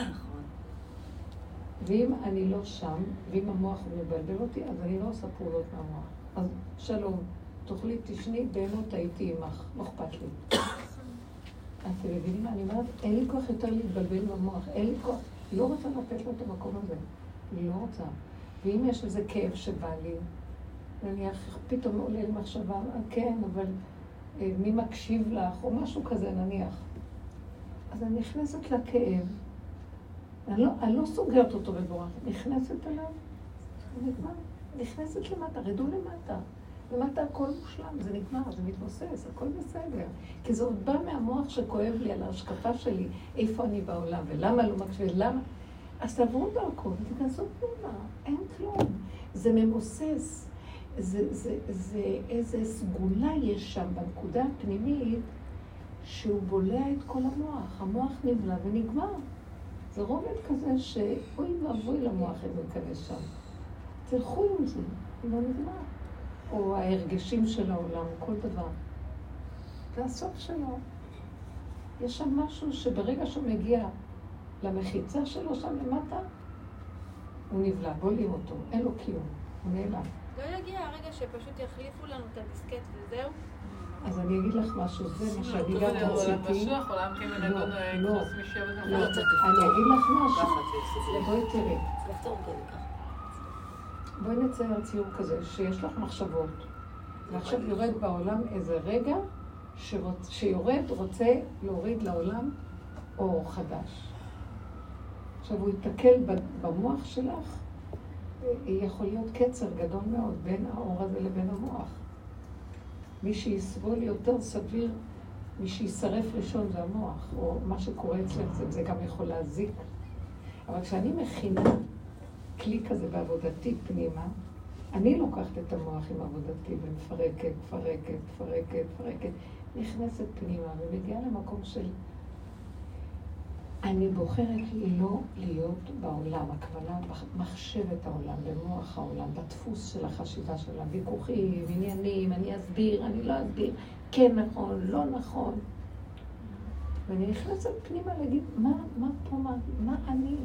ואם אני לא שם, ואם המוח מבלבל אותי, אז אני לא עושה פעולות מהמוח. אז שלום, תאכלי, תשני, בהמות הייתי עמך, לא אכפת לי. אתם מבינים מה אני אומרת? אין לי כוח יותר להתבלבל במוח, אין לי כוח. לא רוצה לתת לו את המקום הזה. לא רוצה. ואם יש איזה כאב שבא לי, נניח, פתאום עולה לי מחשבה, כן, אבל מי מקשיב לך, או משהו כזה, נניח. אז אני נכנסת לכאב, אני לא, אני לא סוגרת אותו בבורח, נכנסת אליו, נגמר, נכנסת למטה, רדו למטה. למטה הכל מושלם, זה נגמר, זה מתבוסס, הכל בסדר. כי זה עוד בא מהמוח שכואב לי על ההשקפה שלי, איפה אני בעולם, ולמה לא מקשיב, למה? אז תעברו דרכו ותיכנסו פנימה, אין כלום. זה ממוסס, זה, זה, זה איזה סגולה יש שם בנקודה הפנימית, שהוא בולע את כל המוח, המוח נבלע ונגמר. זה רובד כזה שאוי ואבוי למוח אם ניכנס שם. תלכו עם זה, לא נגמר. או ההרגשים של העולם, כל דבר. זה הסוף שלו. יש שם משהו שברגע שהוא מגיע למחיצה שלו שם למטה, הוא נבלע, בולים אותו, אין לו קיום, הוא נעלם. לא יגיע הרגע שפשוט יחליפו לנו את הדיסקט וזהו? אז אני אגיד לך משהו, זה מה שאני גם רציתי. לא, לא, לא, אני אגיד לך משהו. בואי תראי. בואי נצייר ציור כזה, שיש לך מחשבות, ועכשיו יורד בעולם איזה רגע שרוצ... שיורד רוצה להוריד לעולם אור חדש. עכשיו הוא יתקל במוח שלך, יכול להיות קצר גדול מאוד בין האור הזה לבין המוח. מי שיסבול יותר סביר, מי שישרף ראשון זה המוח, או מה שקורה אצלך זה, זה גם יכול להזיק. אבל כשאני מכינה כלי כזה בעבודתי פנימה, אני לוקחת את המוח עם עבודתי ומפרקת, מפרקת, מפרקת, מפרקת, נכנסת פנימה ומגיעה למקום של אני בוחרת לא להיות בעולם, הכוונה במחשבת העולם, במוח העולם, בדפוס של החשיבה של הוויכוחים, עניינים, אני אסביר, אני לא אסביר, כן נכון, לא נכון. ואני נכנסת פנימה להגיד, מה, מה פה, מה, מה אני?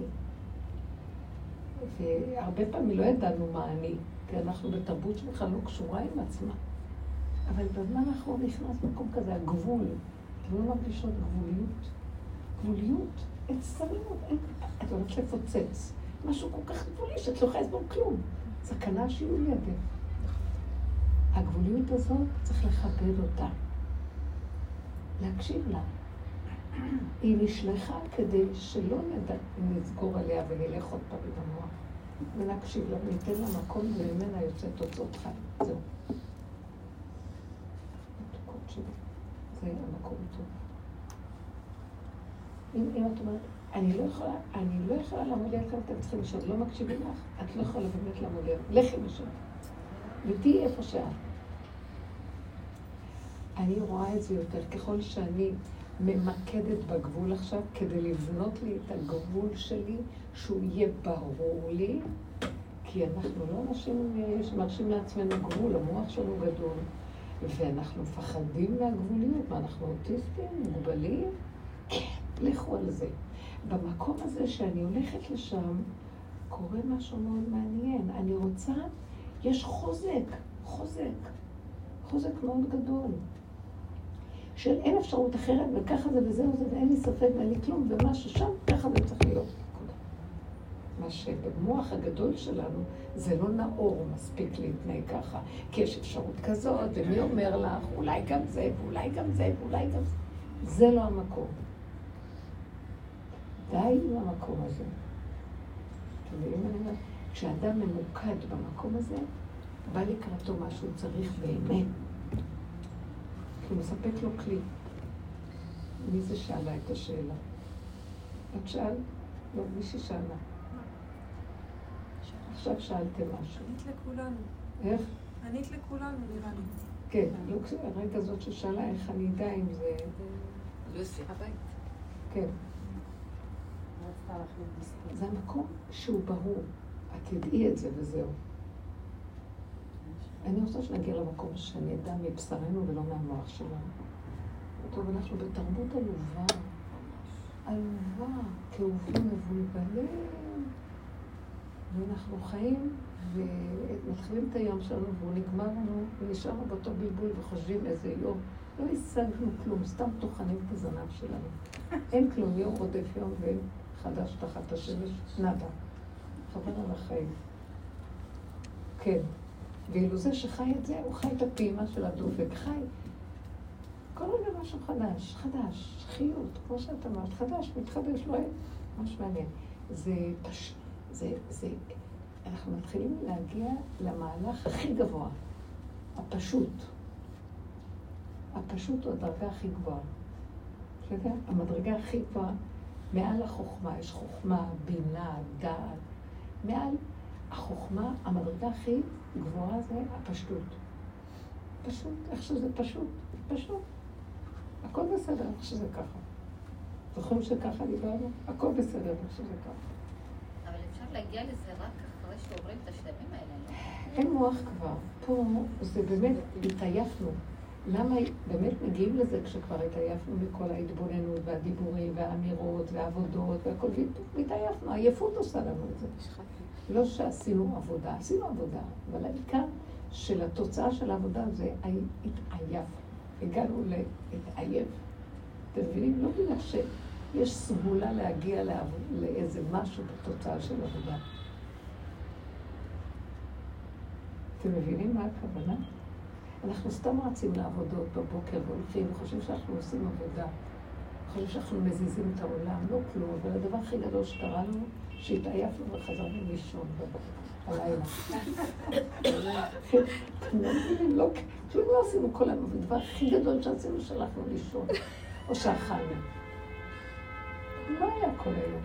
והרבה פעמים לא ידענו מה אני, כי אנחנו בתרבות שבכלל לא קשורה עם עצמה. אבל בזמן האחרון נכנס מקום כזה, הגבול. אתם לא מרגישות גבוליות? גבוליות, אין סבלנות, אין... את הולכת לפוצץ. משהו כל כך גבולי שאת לא יכולה לסבור כלום. סכנה שיהיו לידך. הגבוליות הזאת צריך לכבד אותה. להקשיב לה. היא נשלחה כדי שלא נדע, נסגור עליה ונלך עוד פעם במוח. ונקשיב לה, ניתן לה מקום וממנה יוצא תוצאות חיים. זהו. התוקות שלי. זה המקום טוב. אם, אם את אומרת, אני לא יכולה, אני לא יכולה לעמוד לידכם, אתם צריכים לשאול, לא מקשיבים לך, את לא יכולה באמת לעמוד לידכם. לכי משם. ותהי איפה שאת. אני רואה את זה יותר ככל שאני ממקדת בגבול עכשיו, כדי לבנות לי את הגבול שלי, שהוא יהיה ברור לי, כי אנחנו לא אנשים שמרשים לעצמנו גבול, המוח שלנו גדול, ואנחנו מפחדים מהגבוליות, מה אנחנו אוטיסטים, מוגבלים? כן, לכו על זה. במקום הזה שאני הולכת לשם, קורה משהו מאוד מעניין. אני רוצה, יש חוזק, חוזק, חוזק מאוד גדול. של אין אפשרות אחרת, וככה זה וזהו זה, ואין לי ספק ואין לי כלום, ומה ששם, ככה זה צריך להיות. מה שבמוח הגדול שלנו, זה לא נאור מספיק להתנהג ככה, כי יש אפשרות כזאת, ומי אומר לך, אולי גם זה, ואולי גם זה, ואולי גם זה. זה לא המקום. די עם המקום הזה. אתם יודעים מה אני אומרת? כשאדם ממוקד במקום הזה, בא לקראתו מה שהוא צריך באמת. כי הוא מספק לו כלי. מי זה שאלה את השאלה? את שאל? לא, מישהי שאלה. עכשיו שאלתם משהו. ענית לכולנו. איך? ענית לכולנו, נראה לי. כן, הרגע הזאת ששאלה איך אני אדע אם זה... לוסי. הבית. כן. זה המקום שהוא ברור. את תדעי את זה וזהו. אני רוצה שנגיע למקום שאני אדע מבשרנו ולא מהמוח שלנו. טוב, אנחנו בתרבות עלובה. עלובה, כאובים מבולבלים. ואנחנו חיים ומתחילים את היום שלנו והוא נגמר לנו ונשארנו באותו בלבול וחושבים איזה יום. לא השגנו כלום, סתם טוחנים את הזנב שלנו. אין כלום, יום רודף יום ואין חדש תחת השמש, נדה. חבר על החיים. כן. ואילו זה שחי את זה, הוא חי את הפעימה של הדופק, חי. כל רגע משהו חדש, חדש, חיות, כמו שאת אמרת, חדש, מתחדש, לא משהו מעניין. זה פשוט, זה, זה, אנחנו מתחילים להגיע למהלך הכי גבוה, הפשוט. הפשוט הוא הדרגה הכי גבוהה. בסדר? המדרגה הכי גבוהה, מעל החוכמה, יש חוכמה, בינה, דעת. מעל החוכמה, המדרגה הכי גבוהה זה הפשטות. פשוט, איך שזה פשוט, פשוט. הכל בסדר, איך שזה ככה. זוכרים שככה דיברנו? הכל בסדר, איך שזה ככה. אבל אפשר להגיע לזה רק אחרי שעוברים את השלבים האלה, לא? אין מוח כבר. פה זה באמת, התעייפנו. למה באמת מגיעים לזה כשכבר התעייפנו מכל ההתבוננות והדיבורים והאמירות והעבודות והכל, והתעייפנו, העייפות עושה לנו את זה. לא שעשינו עבודה, עשינו עבודה, אבל העיקר של התוצאה של העבודה זה התעייף. הגענו להתעייף. אתם מבינים? לא בגלל שיש סגולה להגיע לאיזה משהו בתוצאה של עבודה. אתם מבינים מה הכוונה? אנחנו סתם רצים לעבודות בבוקר והולכים, וחושבים שאנחנו עושים עבודה. חושבים שאנחנו מזיזים את העולם, לא כלום, אבל הדבר הכי גדול שקרה לנו, שהתעייפנו וחזרנו לישון הלילה. אתם לא מבינים, לא, כלום לא עשינו כל היום, הדבר הכי גדול שעשינו שהלכנו לישון, או שאכלנו. לא היה כל היום.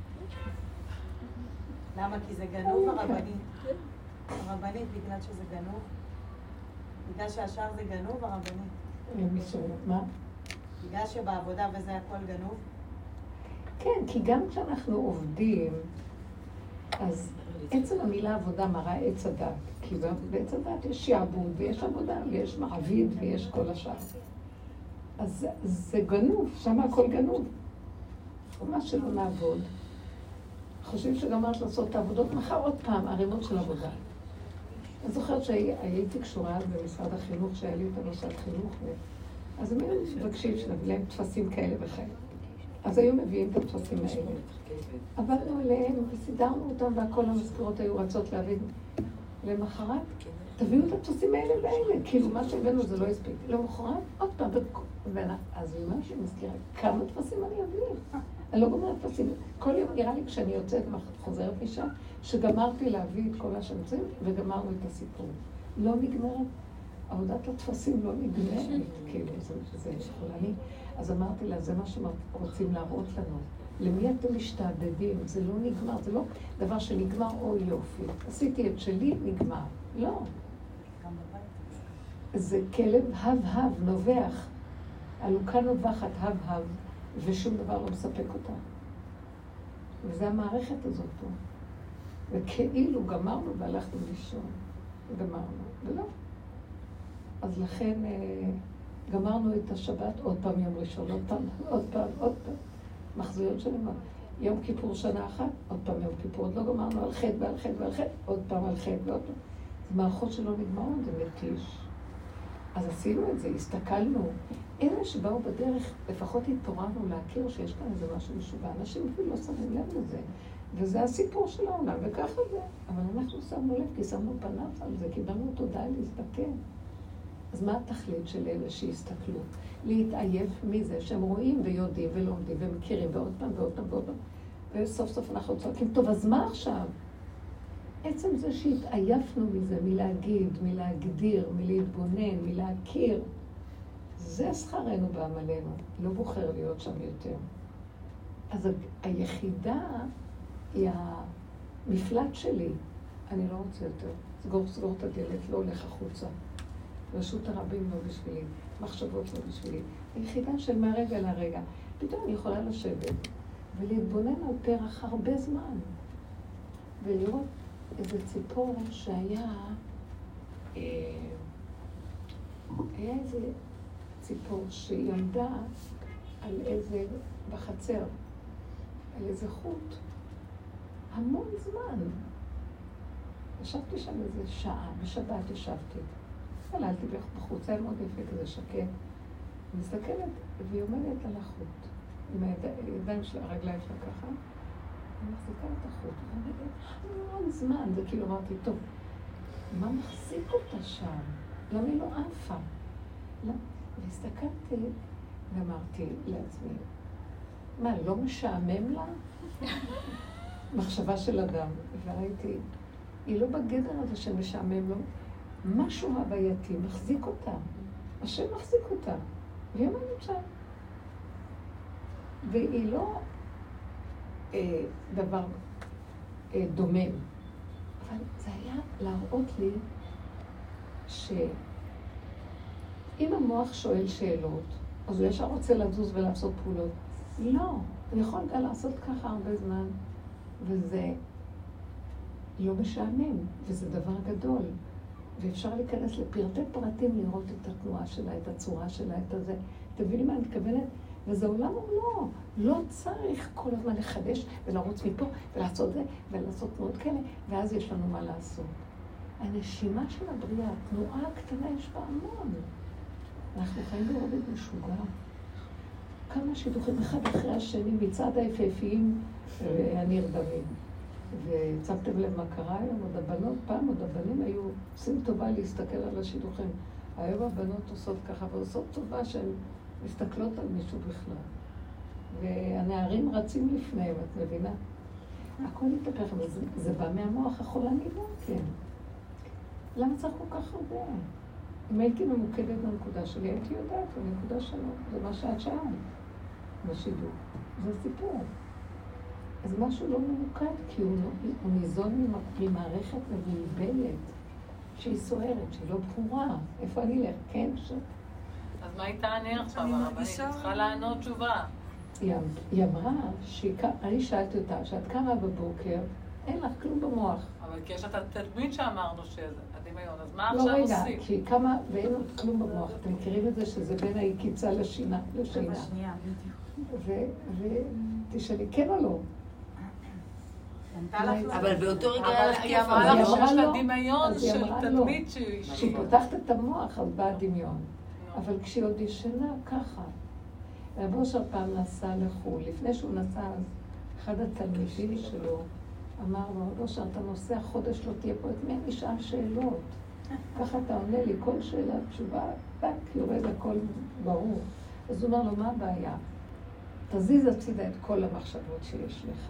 למה? כי זה גנוב הרבנית. הרבנית בגלל שזה גנוב. בגלל שהשאר זה גנוב הרבנית. מי שואל, מה? בגלל שבעבודה וזה הכל גנוב? כן, כי גם כשאנחנו עובדים, אז עצם המילה עבודה מראה עץ הדת. כי בעץ הדת יש שעבוד ויש עבודה ויש מעביד ויש כל השאר. אז זה גנוב, שם הכל גנוב. מה שלא נעבוד. חושבים שגמרת לעשות את העבודות, מחר עוד פעם ערימות של עבודה. אני זוכרת שהייתי קשורה במשרד החינוך, שהיה לי את הנושא החינוך, אז הם היו מבקשים שנביא להם תפסים כאלה וכאלה. אז היו מביאים את התפסים האלה. עברנו אליהם וסידרנו אותם, והכל המזכירות היו רצות להביא למחרת. תביאו את התפסים האלה והאלה, כאילו מה שהבאנו זה לא הספיק. למחרת, עוד פעם, אז היא אומרת שמזכירה, כמה תפסים אני אביא? אני לא גומרת תפסים. כל יום נראה לי כשאני יוצאת וחוזרת משם, שגמרתי להביא את כל השמצים וגמרנו את הסיפור. לא נגמרת, עבודת התפסים לא נגמרת, כאילו, זה חולני. אז אמרתי לה, זה מה שרוצים להראות לנו. למי אתם משתעבדים? זה לא נגמר, זה לא דבר שנגמר, אוי יופי. עשיתי את שלי, נגמר. לא. זה כלב הב-הב, נובח. עלוקה נובחת הב-הב, ושום דבר לא מספק אותה. וזה המערכת הזאת פה. וכאילו גמרנו והלכנו לישון. גמרנו, ולא. אז לכן גמרנו את השבת עוד פעם יום ראשון, עוד פעם, עוד פעם, עוד פעם. מחזויות שלנו. יום כיפור שנה אחת, עוד פעם יום כיפור. עוד לא גמרנו על חטא ועל חטא ועל חטא, עוד פעם על חטא ועוד פעם. זה מערכות שלא נגמרות, זה מתיש. אז עשינו את זה, הסתכלנו. אלה שבאו בדרך, לפחות התעוררנו להכיר שיש כאן איזה משהו משוגע. אנשים אפילו לא שמים לב לזה. וזה הסיפור של העולם, וככה זה. אבל אנחנו שמנו לב, כי שמנו פנס על זה, קיבלנו תודה להסתכל. אז מה התכלית של אלה שהסתכלו? להתעייף מזה שהם רואים ויודעים ולומדים ומכירים ועוד פעם ועוד פעם ועוד פעם. וסוף סוף אנחנו צועקים, טוב, אז מה עכשיו? עצם זה שהתעייפנו מזה, מלהגיד, מלהגדיר, מלהתבונן, מלהכיר, זה שכרנו בעמלנו, לא בוחר להיות שם יותר. אז היחידה היא המפלט שלי. אני לא רוצה יותר. סגור, סגור את הדלת, לא הולך החוצה. רשות הרבים לא בשבילי, מחשבות לא בשבילי. היחידה של מהרגע לרגע. פתאום אני יכולה לשבת ולהתבונן על פרח הרבה זמן. ולראות איזה ציפור שהיה... אה, היה איזה ציפור שהיא עמדה על איזה... בחצר. על איזה חוט. המון זמן. ישבתי שם איזה שעה, בשבת ישבתי. עלתי בחוץ, היה מאוד יפה כזה שקט. אני מסתכלת, והיא עומדת על החוט. עם הידיים שלה, הרגליים שלה ככה. אני מחזיקה את החוט, ועומדת המון זמן. זה כאילו אמרתי, טוב, מה מחזיק אותה שם? למה היא לא עפה? והסתכלתי ואמרתי לעצמי, מה, לא משעמם לה? מחשבה של אדם. וראיתי, היא לא בגדר הזה שמשעמם לו. משהו הווייתי מחזיק אותה. השם מחזיק אותה. והיא עומדת שם. והיא לא אה, דבר אה, דומם. אבל זה היה להראות לי שאם המוח שואל שאלות, אז הוא ישר רוצה לזוז ולעשות פעולות. לא, הוא יכול גם לעשות ככה הרבה זמן, וזה לא משעמם, וזה דבר גדול. ואפשר להיכנס לפרטי פרטים לראות את התנועה שלה, את הצורה שלה, את הזה. אתם מבינים מה אני מתכוונת? וזה עולם ומלואו. לא צריך כל הזמן לחדש ולרוץ מפה ולעשות זה ולעשות תנועות כאלה, ואז יש לנו מה לעשות. הנשימה של הבריאה, התנועה הקטנה יש בה המון. אנחנו חיים ברובד משוגע. כמה שידוכים אחד אחרי השני מצד היפהפיים הנרדמים. וצמתם לב מה קרה היום, עוד הבנות, פעם עוד הבנים היו עושים טובה להסתכל על השידוכים. היום הבנות עושות ככה ועושות טובה שהן מסתכלות על מישהו בכלל. והנערים רצים לפניהם, את מבינה? הכל מתהפך, אבל זה, זה בא מהמוח החולני לא, כן. למה צריך כל כך הרבה? אם הייתי ממוקדת בנקודה שלי, הייתי יודעת, בנקודה שלו, זה מה שאת שאלת בשידור. זה סיפור. אז משהו לא ממוקד, כי הוא, הוא ניזון ממערכת מבלבלת, שהיא סוערת, שהיא לא ברורה. איפה אני אלך? כן, ש... אז מה הייתה ענה עכשיו, הרבנית? צריכה לענות תשובה. היא אמרה, אני שאלתי אותה, שאת קמה בבוקר, אין לך כלום במוח. אבל כי יש את התלמיד שאמרנו שזה הדמיון, אז מה עכשיו עושים? עושים? לא רגע, כי היא קמה ואין לך כלום במוח. אתם מכירים את זה שזה בין העקיצה לשינה, לשינה. ותשאלי, כן או לא? אבל באותו רגע היה לך כיף, אבל היא אמרה שיש לה דמיון של תלמיד שהיא... כשהיא פותחת את המוח, אז בא הדמיון. אבל כשהיא עוד ישנה, ככה. רב אושר פעם נסע לחו"ל. לפני שהוא נסע, אחד התלמידים שלו אמר לו, רב אושר, אתה נוסע חודש, לא תהיה פה, את מי נשאל שאלות? ככה אתה עונה לי, כל שאלה, תשובה, טק, יורד הכל ברור. אז הוא אמר לו, מה הבעיה? תזיז הצידה את כל המחשבות שיש לך,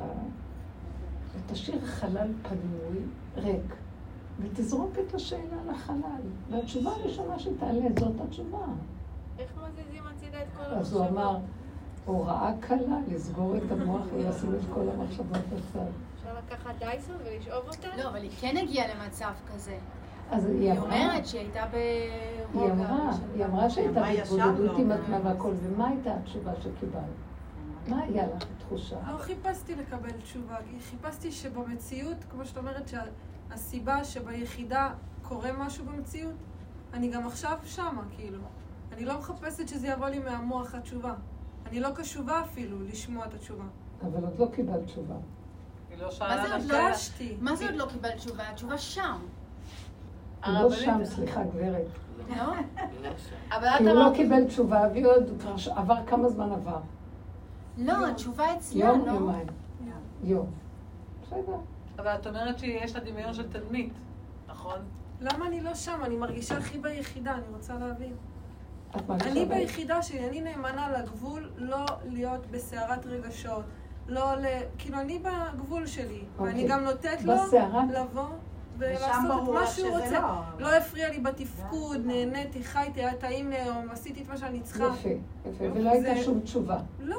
ותשאיר חלל פנוי, ריק, ותזרוק את השאלה לחלל. והתשובה הראשונה שתעלה, זאת התשובה. איך מזיזים הצידה את כל המחשבות? אז הוא אמר, הוראה קלה לסגור את המוח ולשים את כל המחשבות בצד. אפשר לקחת דייסון ולשאוב אותה? לא, אבל היא כן הגיעה למצב כזה. אז היא אמרה... היא אומרת שהיא הייתה ברוגע. היא אמרה, היא אמרה שהייתה בהתבודדות עם עצמה והכל, ומה הייתה התשובה שקיבלת? מה היה לך תחושה? לא חיפשתי לקבל תשובה, חיפשתי שבמציאות, כמו שאת אומרת, שהסיבה שביחידה קורה משהו במציאות, אני גם עכשיו שמה, כאילו. אני לא מחפשת שזה יבוא לי מהמוח התשובה. אני לא קשובה אפילו לשמוע את התשובה. אבל עוד לא קיבלת תשובה. היא לא שאלה מה זה עוד לא? מה זה עוד לא קיבלת תשובה? התשובה שם. היא לא שם, סליחה, גברת. לא? כי הוא לא קיבל תשובה, והיא עוד עבר כמה זמן עבר. לא, התשובה אצלה, יום, לא? יומיים. יום. בסדר. אבל את אומרת שיש לה דמיון של תלמיד, נכון? למה אני לא שם? אני מרגישה הכי ביחידה, אני רוצה להבין. את מרגישה אני ביחידה שלי, אני נאמנה לגבול, לא להיות בסערת רגשות, לא ל... כאילו, אני בגבול שלי, ואני גם נותנת לו לבוא ולעשות את מה שהוא רוצה. לא הפריע לי בתפקוד, נהניתי, חייתי, היה טעים להיום, עשיתי את מה שאני צריכה. יפה, יפה, ולא הייתה שום תשובה. לא.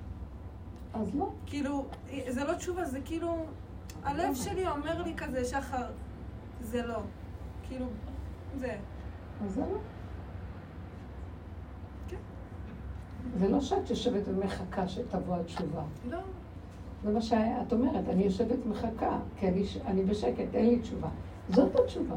אז לא. כאילו, זה לא תשובה, זה כאילו, הלב שלי אומר לי כזה, שחר, זה לא. כאילו, זה. אז זה לא. כן. זה לא שאת יושבת ומחכה שתבוא התשובה. לא. זה מה שאת אומרת, אני יושבת ומחכה, כי אני, אני בשקט, אין לי תשובה. זאת התשובה.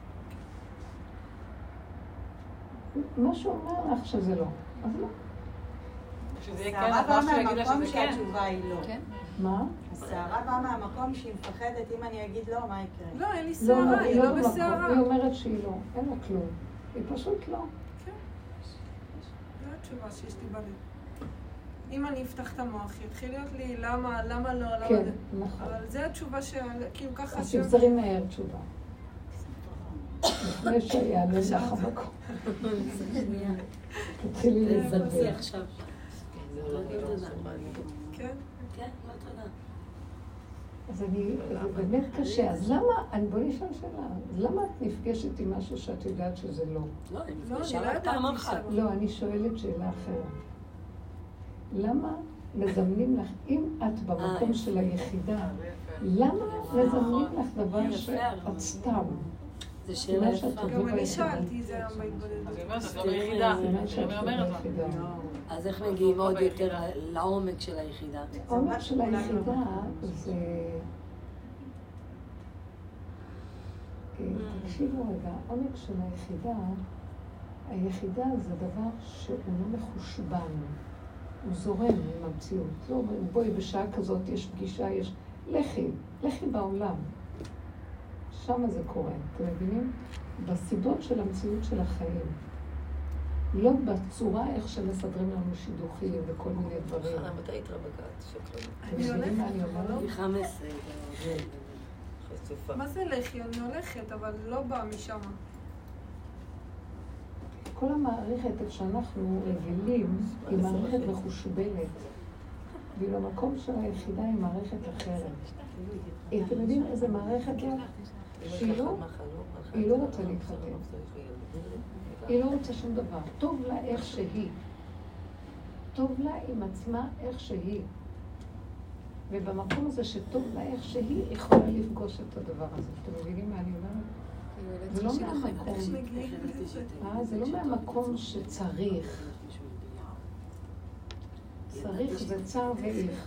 מה שהוא אומר לך שזה לא, אז לא. שזה יהיה כן, אבל שהוא יגיד לה שזה כן. שהתשובה היא לא. מה? הסערה באה מהמקום שהיא מפחדת, אם אני אגיד לא, מה יקרה? לא, אין לי סערה, היא לא בסערה. היא אומרת שהיא לא, אין לה כלום. היא פשוט לא. כן. זו התשובה שיש לי בלב. אם אני אפתח את המוח, יתחיל להיות לי למה, למה לא, למה... כן, נכון. אבל זו התשובה שכאילו ככה... אז תבזרי מהר תשובה. לפני שיעלה לך המקום. תתחילי לזלזל. עכשיו. כן? כן, לא תודה. אז אני, זה באמת קשה. אז למה, אני בוא נשאל שאלה, אז למה את נפגשת עם משהו שאת יודעת שזה לא? לא, אני לא, נפגשה אני לא רק פעם ידעתי אחת. שם. לא, אני שואלת שאלה אחרת. למה מזמנים לך, אם את במקום של היחידה, למה מזמנים לך דבר שאת סתם? זה שאלה יפה. גם אני שאלתי את זה היום בהתבודדות. אז היא אומרת, את לא ביחידה. היא אומרת לה. אז איך מגיעים עוד יותר לעומק של היחידה? העומק של היחידה זה... תקשיבו רגע, העומק של היחידה, היחידה זה דבר שהוא לא מחושבן, הוא זורם עם המציאות. לא אומרים, בואי בשעה כזאת יש פגישה, יש... לכי, לכי בעולם. שם זה קורה, אתם מבינים? בסיבות של המציאות של החיים. לא בצורה איך שמסדרים לנו שידוכים וכל מיני דברים. חנה, מתי היית רווקת? שקלו. אני הולכת, אבל לא... היא חמש עשרה. חצופה. מה זה לכי? אני הולכת, אבל לא באה משם. כל המערכת שאנחנו רגילים היא מערכת מחושבלת. ואילו המקום של היחידה היא מערכת אחרת. אתם יודעים איזה מערכת זו? שהיא לא, היא לא רוצה להתחתן. היא לא רוצה שום דבר. טוב לה איך שהיא. טוב לה עם עצמה איך שהיא. ובמקום הזה שטוב לה איך שהיא, יכולה לפגוש את הדבר הזה. אתם מבינים מה אני אומרת? זה לא מהמקום. אה, זה לא מהמקום שצריך. צריך זה צער ואיך.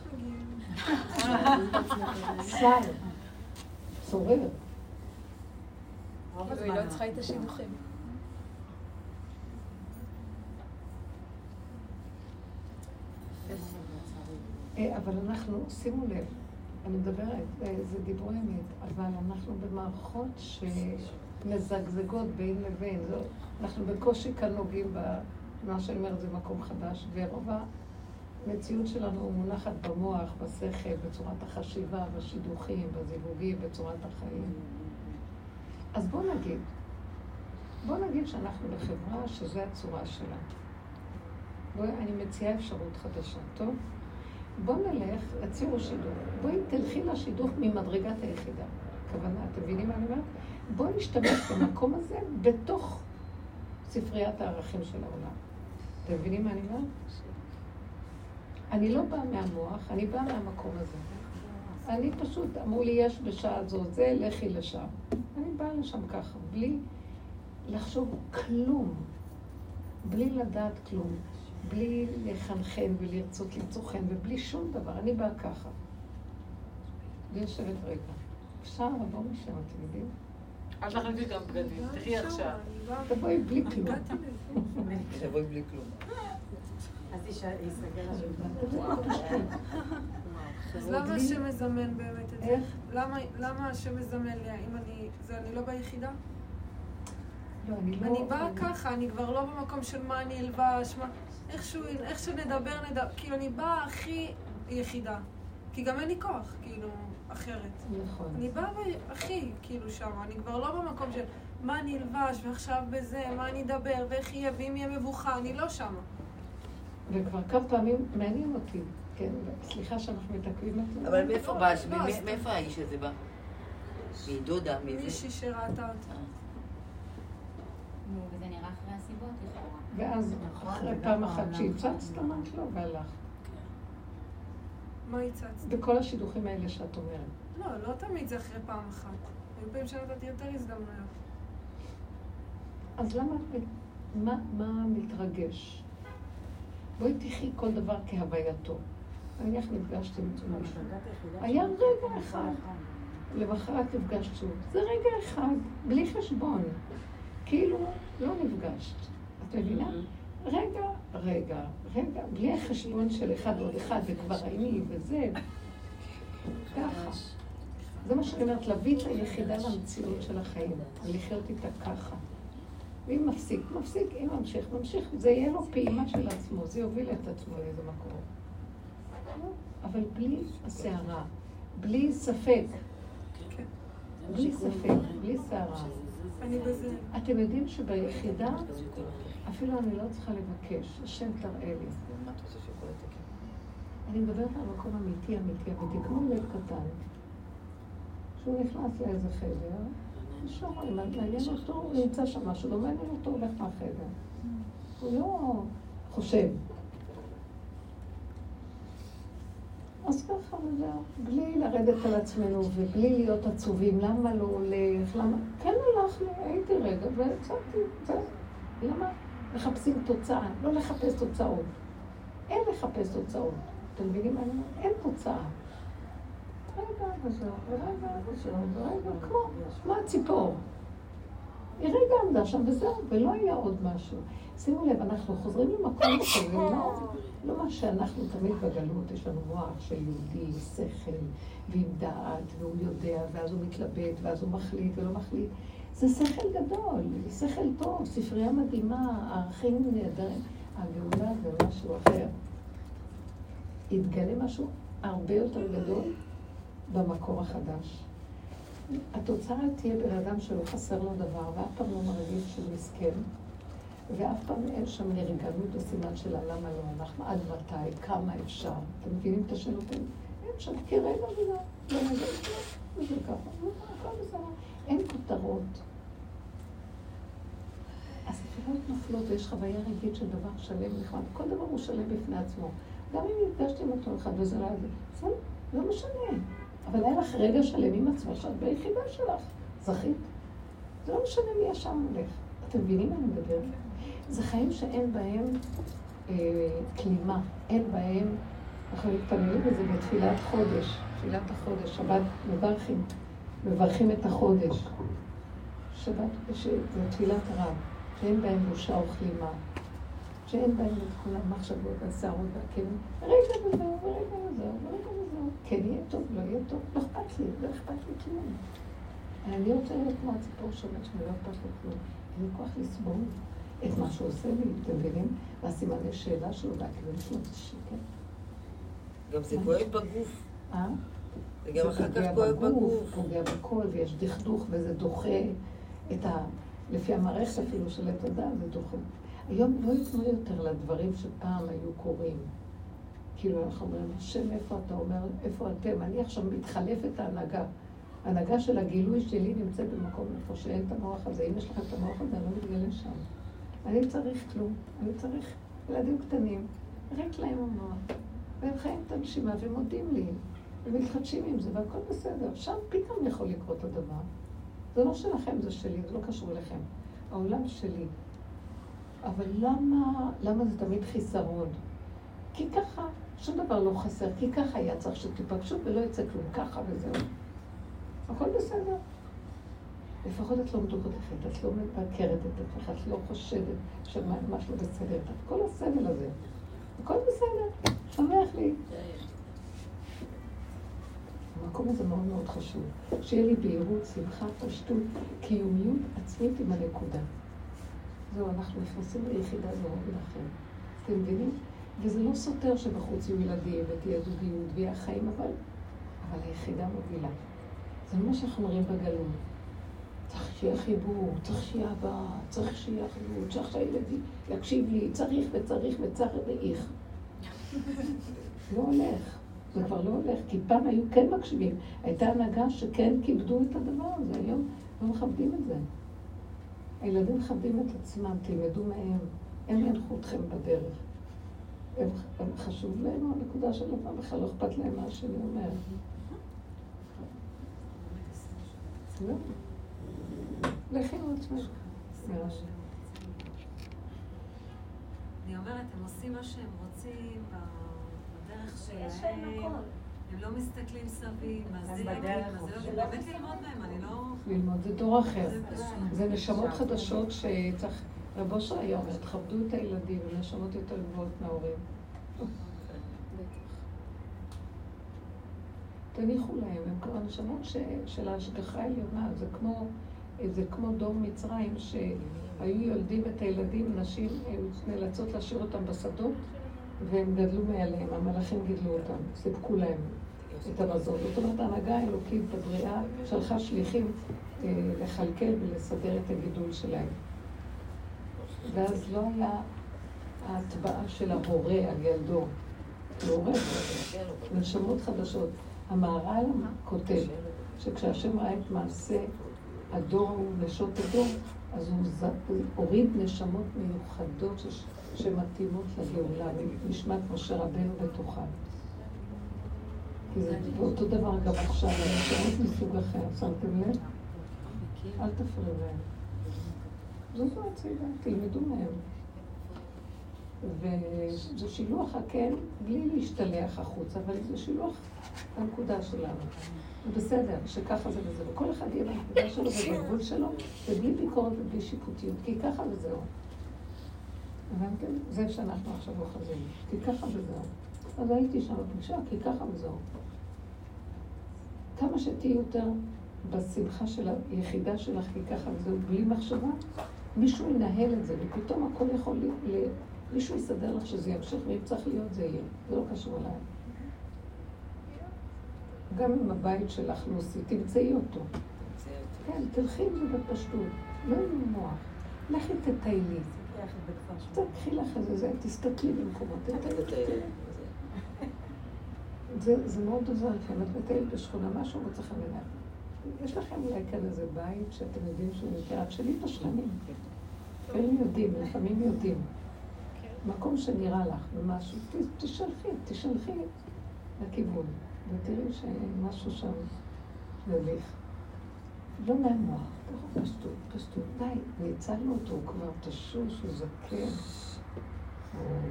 צער. צורר. היא לא צריכה את השידוכים. אבל אנחנו, שימו לב, אני מדברת, זה דיברו אמת, אבל אנחנו במערכות שמזגזגות בין לבין. אנחנו בקושי כאן נוגעים במה שאני אומרת, זה מקום חדש, ורוב המציאות שלנו מונחת במוח, בשכל, בצורת החשיבה, בשידוכים, בזיווגים, בצורת החיים. אז בוא נגיד, בוא נגיד שאנחנו בחברה שזו הצורה שלה. בואי, אני מציעה אפשרות חדשה, טוב? בוא נלך, תציעו שידוך. בואי תלכי לשידוך ממדרגת היחידה. כוונה, אתם מבינים מה אני אומרת? בואי נשתמש במקום הזה בתוך ספריית הערכים של העולם. אתם מבינים מה אני אומרת? אני לא באה מהמוח, אני באה מהמקום הזה. אני פשוט, אמרו לי, יש בשעה הזאת, זה, לכי לשם. אני באה לשם ככה, בלי לחשוב כלום, בלי לדעת כלום, בלי לחנחן ולרצות למצוא חן, ובלי שום דבר, אני באה ככה. ויושבת רגע. אפשר לבוא משם, אתם יודעים? אל תחליטי גם בגדים, תחי עכשיו. תבואי בלי כלום. תבואי בלי כלום. אז תיסגר השם. אז למה השם מזמן באמת את זה? איך? למה השם מזמן לי? האם אני... זה אני לא ביחידה? לא, אני לא... אני באה ככה, אני כבר לא במקום של מה אני אלבש, מה... איכשהו, איך שנדבר, נדבר... כאילו, אני באה הכי יחידה. כי גם אין לי כוח, כאילו, אחרת. נכון. אני באה הכי, כאילו, שם. אני כבר לא במקום של מה אני אלבש, ועכשיו בזה, מה אני אדבר, ואיך יהיה, ואם יהיה מבוכה, אני לא שם. וכבר כמה פעמים מעניין אותי. כן, סליחה שאנחנו מתעכבים את זה. אבל מאיפה בא? מאיפה האיש הזה בא? מדודה, מזה? מישהי שראתה אותה. נו, וזה נראה אחרי הסיבות, לכאורה. ואז אחרי פעם אחת שהצצת, אמרת לו, והלך. מה הצצת? בכל השידוכים האלה שאת אומרת. לא, לא תמיד זה אחרי פעם אחת. היו פעמים שנתתי יותר הזדמנויות. אז למה, מה, מה מתרגש? בואי תחי כל דבר כהווייתו. אני איך נפגשתי עם משהו. היה רגע אחד. למחרת נפגשת שוב. זה רגע אחד, בלי חשבון. כאילו לא נפגשת. את מבינה? רגע, רגע, רגע, בלי החשבון של אחד עוד אחד, וכבר הייני וזה. ככה. זה מה שאני אומרת, להביא את היחידה למציאות של החיים, ולחיות איתה ככה. ואם מפסיק, מפסיק, אם ממשיך, ממשיך, זה יהיה לו פעימה של עצמו, זה יוביל את עצמו לאיזה מקום. אבל בלי הסערה, בלי ספק. בלי ספק, בלי שערה. אני בזה. אתם יודעים שביחידה, אפילו אני לא צריכה לבקש, השם תראה לי. אני מדברת על מקום אמיתי, אמיתי, אמיתי, כמו לב קטן. שהוא נכנס לאיזה חדר, נשאר, מעניין אותו, הוא נמצא שם משהו, לא מעניין אותו, הולך מהחדר. הוא לא חושב. אז ככה וזהו, בלי לרדת על עצמנו ובלי להיות עצובים, למה לא הולך, למה... כן הלכנו, הייתי רגע והצעתי, זהו. למה? מחפשים תוצאה, לא לחפש תוצאות. אין לחפש תוצאות. אתם מבינים מה אני אומר? אין תוצאה. רגע וזהו, ורגע וזהו, ורגע, כמו, כמו הציפור. היא רגע עמדה שם וזהו, ולא היה עוד משהו. שימו לב, אנחנו חוזרים למקום כזה, לא, לא מה שאנחנו תמיד בגלות, יש לנו מוח של יהודי, שכל, ועם דעת, והוא יודע, ואז הוא מתלבט, ואז הוא מחליט ולא מחליט. זה שכל גדול, שכל טוב, ספרייה מדהימה, הערכים נהדרים. הגאולה זה משהו אחר. יתגלה משהו הרבה יותר גדול במקום החדש. התוצאה תהיה בן אדם שלא חסר לו דבר, ואף פעם לא מרגיש של מסכן, ואף פעם אין שם נרגנות וסימן של למה לא, אנחנו עד מתי, כמה אפשר. אתם מבינים את השאלות האלה? אין שם כרגע וזה, לא נגד שלו, וזה ככה, הכל בסדר. אין כותרות. הספירות נופלות ויש חוויה רגעית של דבר שלם נחמד. כל דבר הוא שלם בפני עצמו. גם אם נפגשתי עם אותו אחד וזה לא היה זה, זה לא משנה. אבל היה לך רגע שלם עם עצמו שאת ביחידה שלך. זכית? זה לא משנה מי השם הולך. אתם מבינים מה אני מדבר? זה חיים שאין בהם אה, כלימה. אין בהם, אנחנו מתפללים בזה בתפילת חודש. תפילת החודש, שבת מברכים. מברכים את החודש. שבת, זה תפילת הרב. שאין בהם בושה או כלימה. שאין בהם את כל המחשבות והשערות והכלים. רגע וזהו, ורגע וזהו, ורגע וזהו. כן יהיה טוב, לא יהיה טוב, לא אכפת לי, לא אכפת לי כלום. אני רוצה להיות כמו הציפור שאומרת שאני לא אכפת לי כלום. אין לי כוח לסבול את מה שהוא עושה לי, אתם מבינים? והסימני שאלה שלו והכיוון שלו זה שקר. גם זה כואב בגוף. אה? זה גם אחר כך כואב בגוף. פוגע בכל, ויש דכדוך וזה דוחה את ה... לפי המערכת אפילו של התודעה זה דוחה. היום לא יתנו יותר לדברים שפעם היו קוראים. כאילו אנחנו אומרים, השם איפה אתה אומר, איפה אתם? אני עכשיו מתחלף את ההנהגה. ההנהגה של הגילוי שלי נמצאת במקום איפה שאין את המוח הזה. אם יש לך את המוח הזה, אני לא מתגלה שם. אני צריך כלום. אני צריך ילדים קטנים. רק להם המוח. והם חיים את הנשימה ומודים לי. ומתחדשים עם זה, והכל בסדר. שם פתאום יכול לקרות הדבר. זה לא שלכם, זה שלי, זה לא קשור אליכם. העולם שלי. אבל למה, למה זה תמיד חיסרון? כי ככה, שום דבר לא חסר, כי ככה היה צריך שתיפגשו ולא יצא כלום, ככה וזהו. הכל בסדר. לפחות את לא מדוכדכת, את לא מבקרת את עצמך, את לא חושדת שמשהו בסדר, את כל הסבל הזה. הכל בסדר, שמח לי. המקום הזה מאוד מאוד חשוב. שיהיה לי בהירות, שמחה, פשטות, קיומיות עצמית עם הנקודה. זהו, אנחנו נכנסים ליחידה מאוד לכם. אתם מבינים? וזה לא סותר שבחוץ יהיו ילדים ותהיה זוגיות ויהיה חיים, אבל, אבל היחידה מובילה. זה מה שאנחנו אומרים בגלות. צריך שיהיה חיבור, צריך שיהיה אהבה, צריך שיהיה אחריות, צריך שהילדים יקשיב לי, צריך וצריך וצריך ואיך. לא הולך. זה כבר לא הולך, כי פעם היו כן מקשיבים. הייתה הנהגה שכן כיבדו את הדבר הזה, היום לא מכבדים את זה. הילדים מכבדים את עצמם, תלמדו מהם, הם ינחו אתכם בדרך. הם, הם חשוב להם הנקודה של הפעם, בכלל לא אכפת להם מה שאני אומר. לא. לכי עם עצמך. אני אומרת, הם עושים מה שהם רוצים בדרך שלהם. הם לא מסתכלים סביב, אז זה באמת ללמוד מהם, אני לא... ללמוד, זה דור אחר. זה נשמות חדשות שצריך... רבו שהיום, תכבדו את הילדים, נשמות יותר גבוהות מההורים. תניחו להם, הם כבר נשמות של ההשגחה העליונה, זה כמו דור מצרים שהיו יולדים את הילדים, נשים נאלצות להשאיר אותם בשדות והם גדלו מעליהם, המלאכים גידלו אותם, סיפקו להם. את המזון. זאת אומרת, ההנהגה האלוקית בבריאה שלחה שליחים אה, לכלכל ולסדר את הגידול שלהם. ואז לא היה ההטבעה של ההורה על ילדו. להורה, נשמות חדשות. המהר"ל כותב שכשהשם ראה את מעשה הדור הוא נשות הדור, אז הוא הוריד נשמות מיוחדות ש... שמתאימות לגאולה, נשמת משה רבנו בתוכה. כי זה אותו דבר גם עכשיו, נשמות מסוג אחר, שמתם לב? אל תפריעו להם. זאת לא הצידה, תלמדו מהם. וזה שילוח הכן בלי להשתלח החוץ, אבל זה שילוח הנקודה שלנו. בסדר, שככה זה וזה, וכל אחד יהיה בנקודה שלו ובגבול שלו, ובלי ביקורת ובלי שיפוטיות, כי ככה וזהו. הבנתם? זה שאנחנו עכשיו אוחזים, כי ככה וזהו. אז הייתי שם בפגישה, כי ככה וזהו. כמה שתהיו יותר בשמחה של היחידה שלך, כי ככה וזהו, בלי מחשבה, מישהו ינהל את זה, ופתאום הכל יכול ל... מישהו יסדר לך שזה ימשיך, ואם צריך להיות זה יהיה. זה לא קשור אליי. גם עם הבית שלך, לוסי, תמצאי אותו. כן, תלכי עם זה בפשטות. לא עם מוח. לכי תטיילי. תקחי לך איזה זה, תסתכלי במקומות. זה מאוד עוזר לכם. את מטייל בשכונה משהו, מוצא לכם לדעת. יש לכם אולי כאן איזה בית שאתם יודעים שהוא נקרא, שלי את השכנים. הם יודעים, לפעמים יודעים. מקום שנראה לך במשהו, תשלחי, תשלחי לכיוון, ותראי שמשהו שם נביך. לא מהמוח, ככה פשטות, פשטות. די, ניצלנו אותו, הוא כבר תשוש, הוא זקן. הוא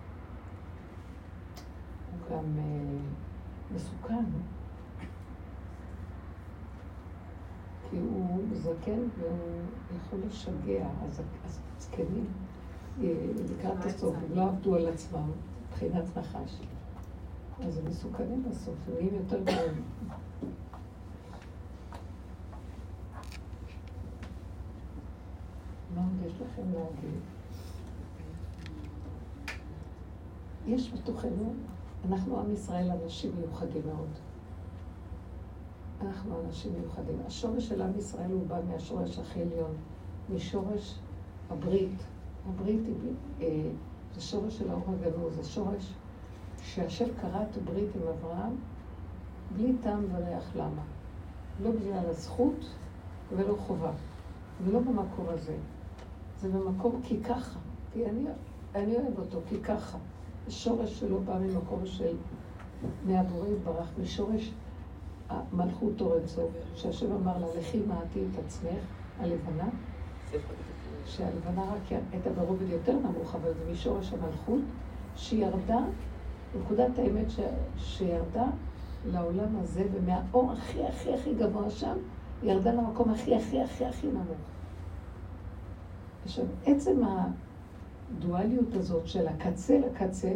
גם מסוכן. כי הוא זקן והוא יכול לשגע, אז הזקנים. לקראת הסוף, הם לא עבדו על עצמם, מבחינת נחש. אז הם מסוכנים בסוף, הם נהיים יותר גרועים. מה עוד יש לכם להגיד? יש בתוכנו, אנחנו עם ישראל אנשים מיוחדים מאוד. אנחנו אנשים מיוחדים. השורש של עם ישראל הוא בא מהשורש הכי עליון, משורש הברית. הברית היא, זה שורש של האור הגנוז, זה שורש שהשם קרא את הברית עם אברהם בלי טעם וריח. למה? לא בגלל הזכות ולא חובה, ולא במקום הזה. זה במקום כי ככה, כי אני, אני אוהב אותו, כי ככה. השורש שלו בא ממקום של מהבורא יתברך, משורש המלכות אור אינסוף, שהשם אמר לה, לכי מעטי את עצמך, הלבנה, שהלבנה רק הייתה ברובד יותר נמוך, אבל זה משורש המלכות, שירדה, נקודת האמת ש... שירדה לעולם הזה, ומהאור הכי הכי הכי גבוה שם, ירדה למקום הכי הכי הכי הכי נמוך. עכשיו, עצם הדואליות הזאת של הקצה לקצה,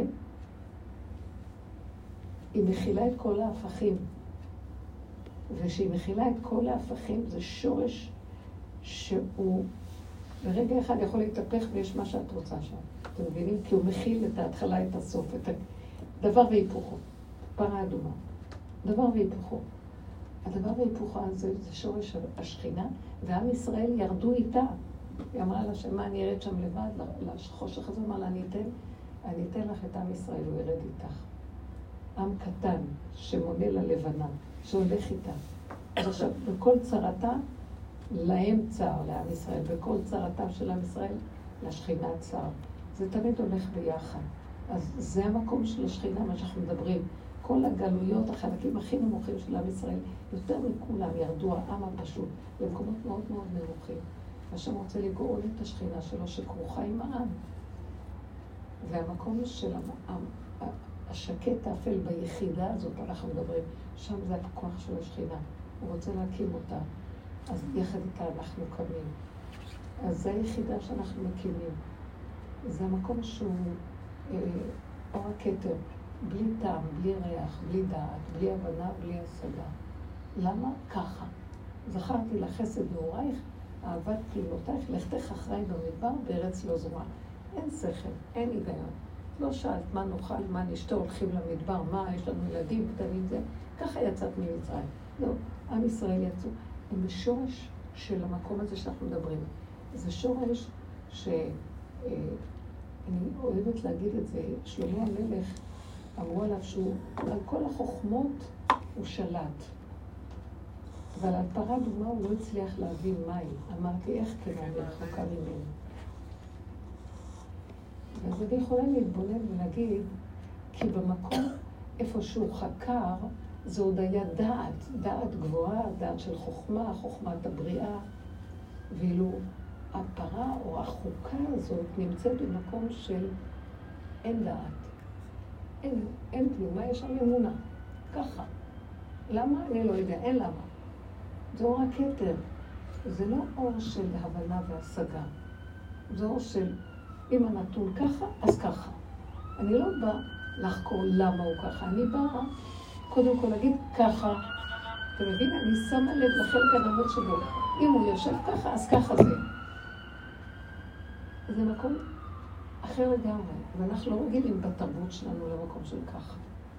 היא מכילה את כל ההפכים. ושהיא מכילה את כל ההפכים, זה שורש שהוא ברגע אחד יכול להתהפך ויש מה שאת רוצה שם. אתם מבינים? כי הוא מכיל את ההתחלה, את הסוף, את הדבר והיפוכו. פרה אדומה. דבר והיפוכו. הדבר והיפוכו הזה זה שורש השכינה, ועם ישראל ירדו איתה. היא אמרה לה שמה אני ארד שם לבד, לחושך הזה, אמרה לה, אני אתן, אני אתן לך את עם ישראל, הוא ירד איתך. עם קטן שמונה ללבנה, שהולך איתה. אז עכשיו, בכל צרתה, להם צער, לעם ישראל, בכל צרתם של עם ישראל, לשכינה צער. זה תמיד הולך ביחד. אז זה המקום של השכינה, מה שאנחנו מדברים. כל הגלויות, החלקים הכי נמוכים של עם ישראל, יותר מכולם ירדו העם הפשוט, במקומות מאוד מאוד נמוכים. השם רוצה לגאול את השכינה שלו שכרוכה עם העם. והמקום של העם, השקט האפל ביחידה הזאת, אנחנו מדברים, שם זה הכוח של השכינה. הוא רוצה להקים אותה. אז יחד איתה אנחנו קמים. אז זה היחידה שאנחנו מקימים. זה המקום שהוא אה, אור הכתר, בלי טעם, בלי ריח, בלי דעת, בלי הבנה, בלי השגה. למה? ככה. זכרתי לחסד נעורייך, אהבת פעילותייך, לכתך אחראי במדבר, בארץ לא זרועה. אין שכל, אין היגיון. לא שאלת מה נאכל, מה נשתה, הולכים למדבר, מה, יש לנו ילדים, קטנים זה. ככה יצאת ממצרים. לא, עם ישראל יצאו. הם בשורש של המקום הזה שאנחנו מדברים. זה שורש ש... אני אוהבת להגיד את זה, שלמה המלך אמרו עליו שהוא על כל החוכמות הוא שלט. אבל על פרה דומה הוא לא הצליח להבין מהי. אמרתי, איך כן אני רחוקה ממנו. אז אני יכולה להתבונן ולהגיד, כי במקום איפה שהוא חקר, זה עוד היה דעת, דעת גבוהה, דעת של חוכמה, חוכמת הבריאה, ואילו הפרה או החוקה הזאת נמצאת במקום של אין דעת. אין, אין כלום, מה יש שם אמונה? ככה. למה? אני לא יודע, אין למה. זה אור הכתר. זה לא אור של הבנה והשגה. זה אור של, אם הנתון ככה, אז ככה. אני לא באה לחקור למה הוא ככה. אני באה, קודם כל להגיד ככה. אתה מבין? אני שמה לב לחלק הנמות שבו. אם הוא יושב ככה, אז ככה זה. זה מקום אחר לגמרי. ואנחנו לא רגילים בתרבות שלנו למקום של ככה.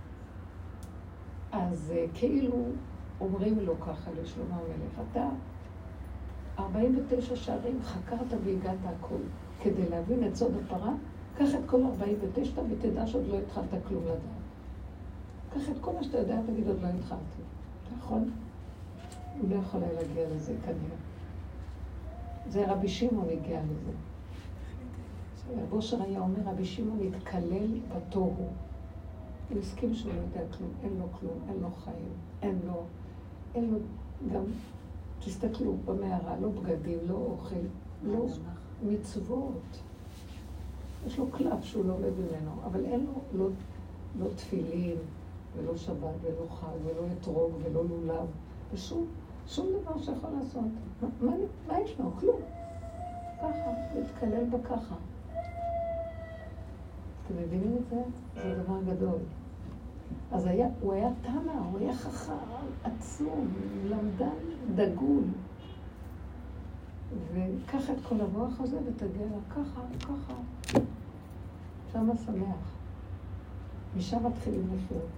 אז כאילו אומרים לו ככה לשלמה המלך, אתה ארבעים ותשע שערים חקרת והגעת הכל. כדי להבין את סוד הפרה, קח את כל ארבעים ותשע ותדע שעוד לא התחלת כלום לדעת. קח את כל מה שאתה יודע, תגיד עוד לא התחלתי. נכון? הוא לא יכול היה להגיע לזה כנראה. זה רבי שמעון הגיע לזה. רבו שר היה אומר, רבי שמעון התקלל בתוהו. הוא הסכים שהוא לא יודע כלום, אין לו כלום, אין לו חיים, אין לו, אין לו גם, תסתכלו במערה, לא בגדים, לא אוכל, לא מצוות. יש לו קלף שהוא לא עובד ממנו, אבל אין לו לא, לא תפילין, ולא שבת, ולא חג, ולא אתרוג, ולא לולב, ושום שום דבר שיכול לעשות. מה, מה, מה יש לו? כלום. ככה, להתקלל בככה. אתם מבינים את זה? זה דבר גדול. אז היה, הוא היה תמה, הוא היה חכם, עצום, למדן, דגול. וקח את כל הרוח הזה ותגיע לה ככה, ככה. שמה שמח. משם מתחילים לחיות.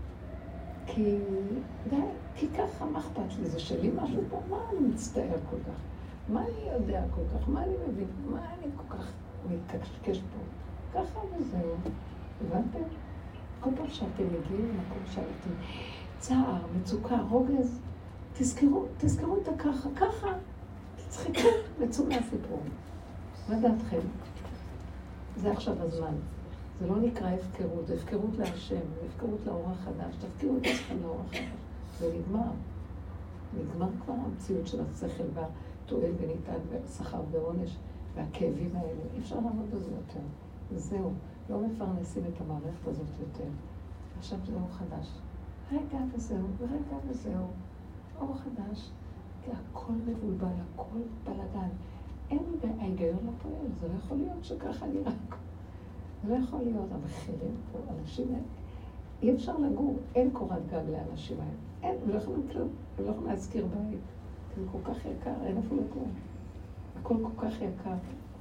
כי, די, כי ככה, מה אכפת לי? זה שלי משהו פה? מה אני מצטער כל כך? מה אני יודע כל כך? מה אני מבין? מה אני כל כך מתקשקש פה? ככה וזהו. הבנתם? כל פעם שאתם מגיעים למקום שאתם צער, מצוקה, רוגז, תזכרו, תזכרו את הככה, ככה, תצחקו וצאו מהסיפור. מה דעתכם? זה עכשיו הזמן. זה לא נקרא הפקרות, זה הפקרות להשם, זה הפקרות לאור החדש. תפקירו את עצמכם לאור החדש. זה נגמר. נגמר כבר המציאות של השכל והתועל וניתן ושכר ועונש והכאבים האלה. אי אפשר לעמוד בזה יותר. זהו. לא מפרנסים את המערכת הזאת יותר. עכשיו זה אור חדש. רגע וזהו, ורגע וזהו. אור חדש. כי הכל מבולבל, הכל בלגן. אין ההיגיון לא פועל. זה לא יכול להיות שככה נראה. זה לא יכול להיות. המחירים פה, אנשים האלה. אי אפשר לגור. אין קורת גג לאנשים האלה. אין, הם לא יכולים כלום. הם לא יכולים להזכיר בית. זה כל כך יקר, אין אפילו כלום. הכל כל כך יקר.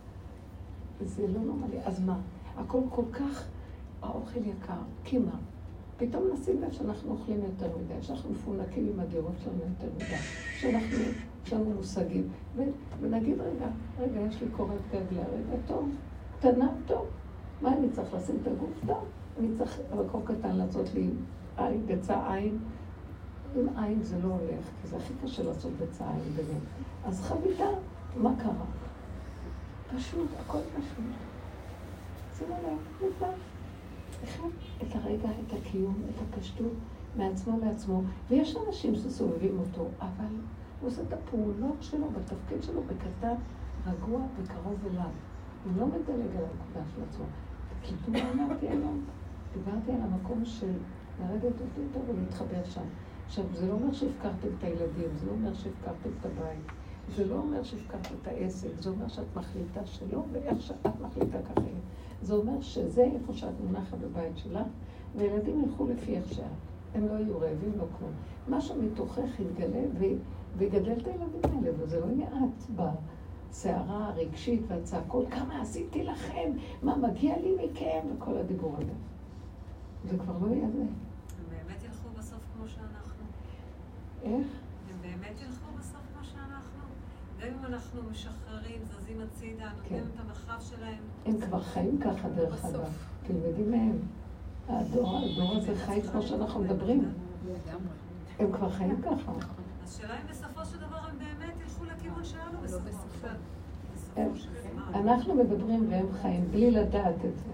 זה לא נורמלי. אז מה? הכל כל כך, האוכל יקר, כי מה? פתאום נשים לב שאנחנו אוכלים יותר מדי, שאנחנו מפונקים עם הדירות שלנו יותר מדי, שאנחנו, יש לנו מושגים, ו, ונגיד רגע, רגע, יש לי קורת גג להרגע, טוב, קטנה, טוב, מה אני צריך לשים את הגוף? טוב, אני צריך רקור קטן לעשות לי עין, בצע עין, אם עין זה לא הולך, כי זה הכי קשה לעשות בצע עין באמת, אז חביתה, מה קרה? פשוט, הכל פשוט. שימו לב, נדבר. אחד, את הרגע, את הקיום, את הפשטות, מעצמו לעצמו. ויש אנשים שסובבים אותו, אבל הוא עושה את הפעולות שלו, בתפקיד שלו, בקטן, רגוע וקרוב אליו. הוא לא מדלג על הנקודה של עצמו. כאילו, מה אמרתי היום? דיברתי על המקום של לרדת אותי טוב ולהתחבר שם. עכשיו, זה לא אומר שהפקרתם את הילדים, זה לא אומר שהפקרתם את הבית. זה לא אומר שהפקרת את העסק, זה אומר שאת מחליטה שלא, ואיך שאת מחליטה ככה. זה אומר שזה איפה שאת מונחת בבית שלך, וילדים ילכו לפי איך שאת. הם לא יהיו רעבים, לא כלום. משהו מתוכך יתגלה ויגדל את הילדים האלה, וזה לא יהיה את הסערה הרגשית והצעקות, כמה עשיתי לכם, מה מגיע לי מכם, וכל הדיבור הזה. זה כבר לא יהיה זה. הם באמת ילכו בסוף כמו שאנחנו. איך? הם באמת ילכו בסוף כמו שאנחנו. גם אם אנחנו משחררים, זזים הצידה, נותנים את המרחב שלהם. הם כבר חיים ככה דרך אגב. תלמדי מהם. הדור הזה חי כמו שאנחנו מדברים. הם כבר חיים ככה. השאלה אם בסופו של דבר הם באמת ילכו לכיוון שלנו בסופו. אנחנו מדברים והם חיים בלי לדעת את זה.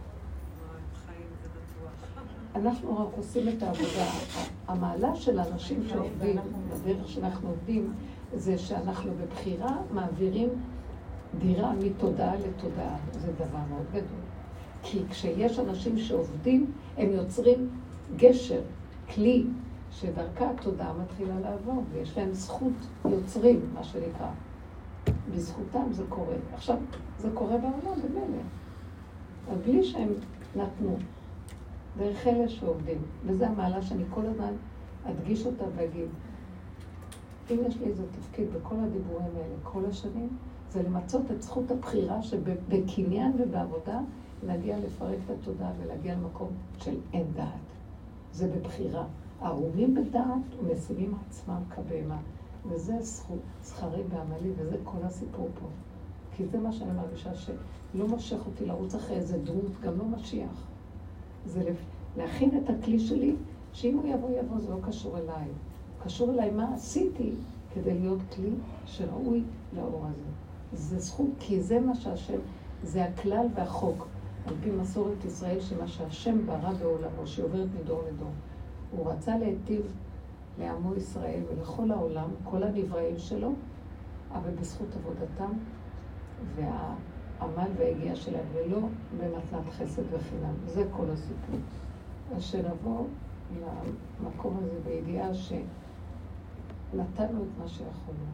אנחנו רק עושים את העבודה. המעלה של האנשים שעובדים, בדרך שאנחנו עובדים, זה שאנחנו בבחירה מעבירים דירה מתודעה לתודעה. זה דבר מאוד גדול. כי כשיש אנשים שעובדים, הם יוצרים גשר, כלי, שדרכה התודעה מתחילה לעבור, ויש להם זכות יוצרים, מה שנקרא. בזכותם זה קורה. עכשיו, זה קורה בעולם במילא. אבל בלי שהם נתנו, דרך אלה שעובדים. וזה המעלה שאני כל הזמן אדגיש אותה ואגיד, אם יש לי איזה תפקיד בכל הדיבורים האלה, כל השנים, זה למצות את זכות הבחירה שבקניין ובעבודה, להגיע לפרק את התודעה ולהגיע למקום של אין דעת. זה בבחירה. ערומים בדעת ומשימים עצמם כבהמה. וזה זכרי ועמלי, וזה כל הסיפור פה. כי זה מה שאני מרגישה שלא מושך אותי לרוץ אחרי איזה דמות, גם לא משיח. זה להכין את הכלי שלי, שאם הוא יבוא יבוא זה לא קשור אליי. קשור אליי מה עשיתי כדי להיות כלי שראוי לאור הזה. זה זכות, כי זה מה שהשם, זה הכלל והחוק. על פי מסורת ישראל, שמה שהשם ברא בעולמו, שעוברת מדור לדור. הוא רצה להיטיב לעמו ישראל ולכל העולם, כל הנבראים שלו, אבל בזכות עבודתם והעמל וההגיע שלהם, ולא במתנת חסד וחינם. זה כל הסיפור. אז שנבוא למקום הזה בידיעה שנתנו את מה שיכולנו.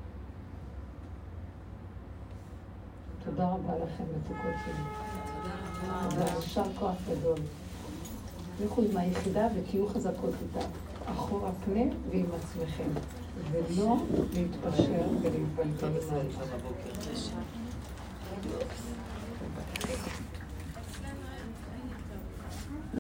תודה רבה לכם, מתוקות שלי. תודה רבה. שר כוח גדול. לכו עם היחידה ותהיו חזקות איתה. אחורה פנה ועם עצמכם. ולא להתפשר ולהתבלבל.